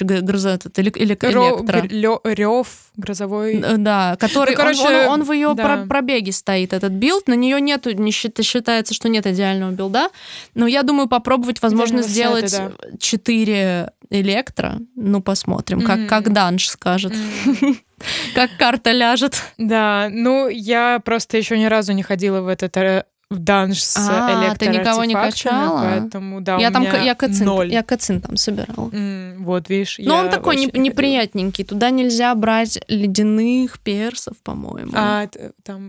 электро. Рев грозовой. Да, который... он в ее пробеге стоит, этот билд. На нее нету, считается, что нет идеального билда. Но я думаю попробовать, возможно, сделать 4 электро. Посмотрим, как данж скажет. Как карта ляжет. Да, я просто еще ни разу не ходила в этот данж с электроартефактами. Ты никого не качала? Поэтому, я 0. Я кацин там собирала. Вот, видишь. Но он такой неприятненький. Туда нельзя брать ледяных персов, по-моему. Там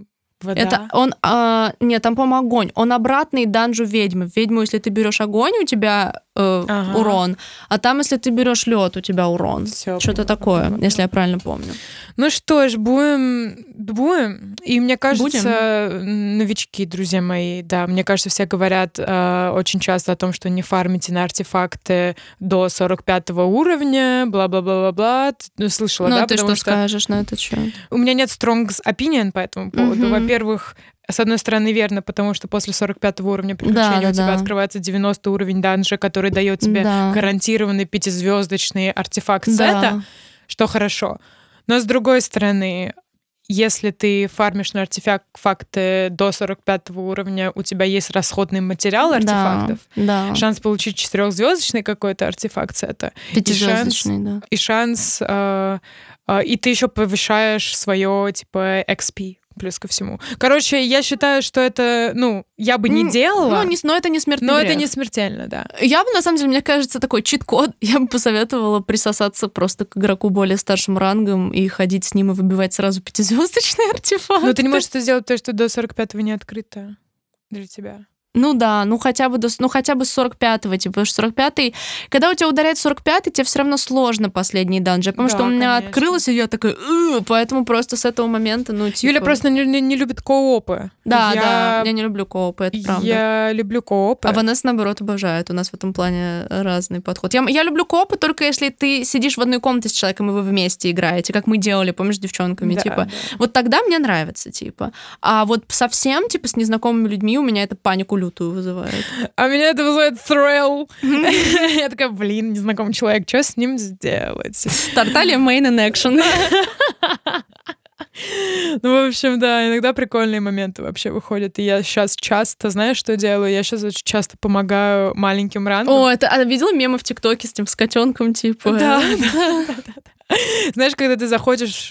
Вода? Это он... нет, там, по-моему, огонь. Он обратный данжу ведьмы. В ведьму, если ты берешь огонь, у тебя урон. А там, если ты берешь лед, у тебя урон. Что-то такое, если я правильно помню. Ну что ж, будем. И мне кажется, новички, друзья мои, да, мне кажется, все говорят очень часто о том, что не фармите на артефакты до 45-го уровня, бла-бла-бла-бла-бла. Слышала, да? Ну, ты что скажешь на этот счет? У меня нет strong opinion по этому поводу. Во-первых, с одной стороны, верно, потому что после 45-го уровня приключения у тебя открывается 90 уровень данжа, который дает тебе гарантированный 5-звездочный артефакт сета, что хорошо. Но с другой стороны, если ты фармишь на артефакты до 45-го уровня, у тебя есть расходный материал артефактов, шанс получить 4-звездочный какой-то артефакт сета. 5-звездочный, да. И шанс... и ты еще повышаешь свое, типа, XP. Плюс ко всему. Короче, я считаю, что это, я бы не делала. Но это не смертельно. Но это не смертельно, да. Я бы, на самом деле, мне кажется, такой чит-код. Я бы посоветовала присосаться просто к игроку более старшим рангом и ходить с ним и выбивать сразу 5-звездочный артефакт. Но ты не можешь это сделать, то, что до 45-го не открыто для тебя. Ну да, хотя бы с 45-го, типа, потому что 45-й... Когда у тебя ударяет 45-й, тебе все равно сложно последний данжи. Потому что у меня открылось, и я такая... Поэтому просто с этого момента, типа... Юля просто не любит коопы. Да, я не люблю коопы, это правда. Я люблю коопы. А Ванесса, наоборот, обожает. У нас в этом плане разный подход. Я люблю коопы только если ты сидишь в одной комнате с человеком, и вы вместе играете, как мы делали, помнишь, с девчонками, типа. Вот тогда мне нравится, типа. А вот совсем, типа, с незнакомыми людьми у меня это панику лютую вызывает. А меня это вызывает thrill. Я такая, незнакомый человек, что с ним сделать? Тарталья main in action. Ну, в общем, да, иногда прикольные моменты вообще выходят. И я сейчас часто, знаешь, что делаю? Я сейчас очень часто помогаю маленьким рангам. О, видела мемы в ТикТоке с с котенком, типа? Да. Знаешь, когда ты заходишь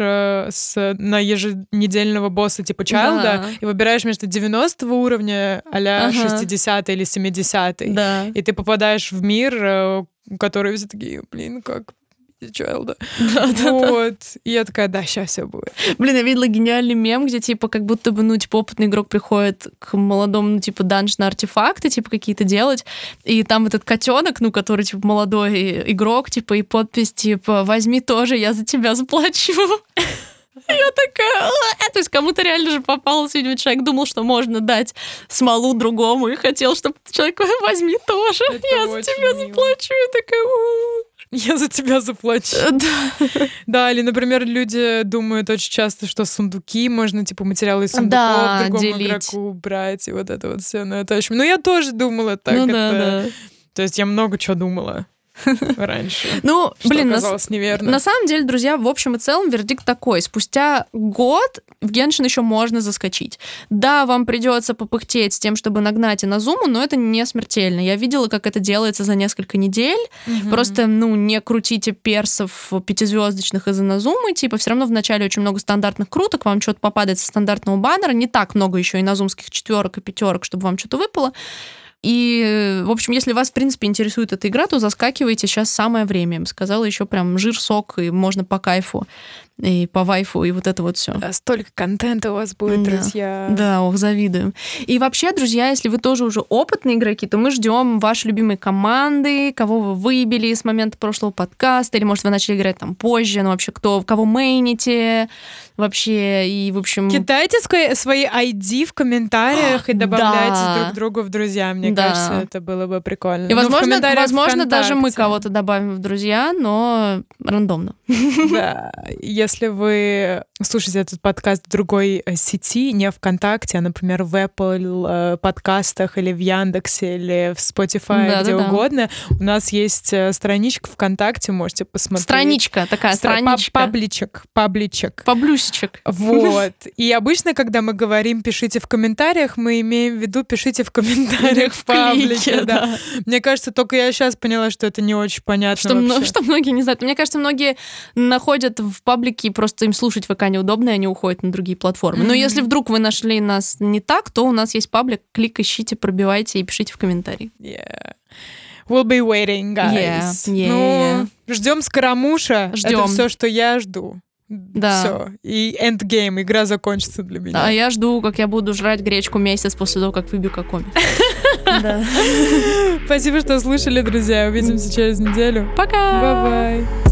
на еженедельного босса типа Чайлда и выбираешь между 90-го уровня а-ля 60-й или 70-й, и ты попадаешь в мир, который все такие, как Чайлда. Вот. И я такая, да, сейчас все будет. Я видела гениальный мем, где, типа, как будто бы, опытный игрок приходит к молодому, данж на артефакты, типа, какие-то делать, и там этот котенок, который, типа, молодой игрок, типа, и подпись, типа, возьми тоже, я за тебя заплачу. Я такая... То есть кому-то реально же попалось, видимо, человек думал, что можно дать смолу другому, и хотел, чтобы человек возьми тоже, я за тебя заплачу. Я такая... Я за тебя заплачу. Да, или, например, люди думают очень часто, что сундуки можно, типа, материалы из сундуков другому игроку брать, и вот это вот все. Я тоже думала так. То есть я много чего думала раньше. Что оказалось неверно. На самом деле, друзья, в общем и целом вердикт такой. Спустя год в Геншин еще можно заскочить. Да, вам придется попыхтеть с тем, чтобы нагнать Иназуму, но это не смертельно. Я видела, как это делается за несколько недель. Просто, не крутите персов 5-звездочных из Иназумы. Типа, все равно в начале очень много стандартных круток, вам что-то попадает со стандартного баннера. Не так много еще иназумских 4 и 5, чтобы вам что-то выпало. И, в общем, если вас, в принципе, интересует эта игра, то заскакивайте, сейчас самое время. Я бы сказала, еще прям жир, сок, и можно по кайфу, и по вайфу, и вот это вот все. Столько контента у вас будет, друзья. Да, завидуем. И вообще, друзья, если вы тоже уже опытные игроки, то мы ждем ваши любимые команды, кого вы выбили с момента прошлого подкаста, или, может, вы начали играть там позже, вообще, кого мейните вообще, и, в общем... Кидайте свои ID в комментариях и добавляйте друг другу в друзья. Мне кажется, это было бы прикольно. И, возможно, даже мы кого-то добавим в друзья, но рандомно. Да. Если вы слушаете этот подкаст в другой сети, не ВКонтакте, а, например, в Apple подкастах или в Яндексе, или в Spotify, где угодно, у нас есть страничка ВКонтакте, можете посмотреть. Страничка. Пабличек. Паблюсичек. Вот. И обычно, когда мы говорим «пишите в комментариях», мы имеем в виду «пишите в комментариях в паблике». Да. Мне кажется, только я сейчас поняла, что это не очень понятно вообще. Что многие не знают. Мне кажется, многие находят в паблике, и просто им слушать ВК неудобно, и они уходят на другие платформы. Но если вдруг вы нашли нас не так, то у нас есть паблик, ищите, пробивайте и пишите в комментарии. Yeah. We'll be waiting, guys. Yeah. Ждем Скоромуша. Это все, что я жду. Все. И эндгейм, игра закончится для меня. А я жду, как я буду жрать гречку месяц после того, как выбью какомик. Спасибо, что слушали, друзья. Увидимся через неделю. Пока! Бай-бай!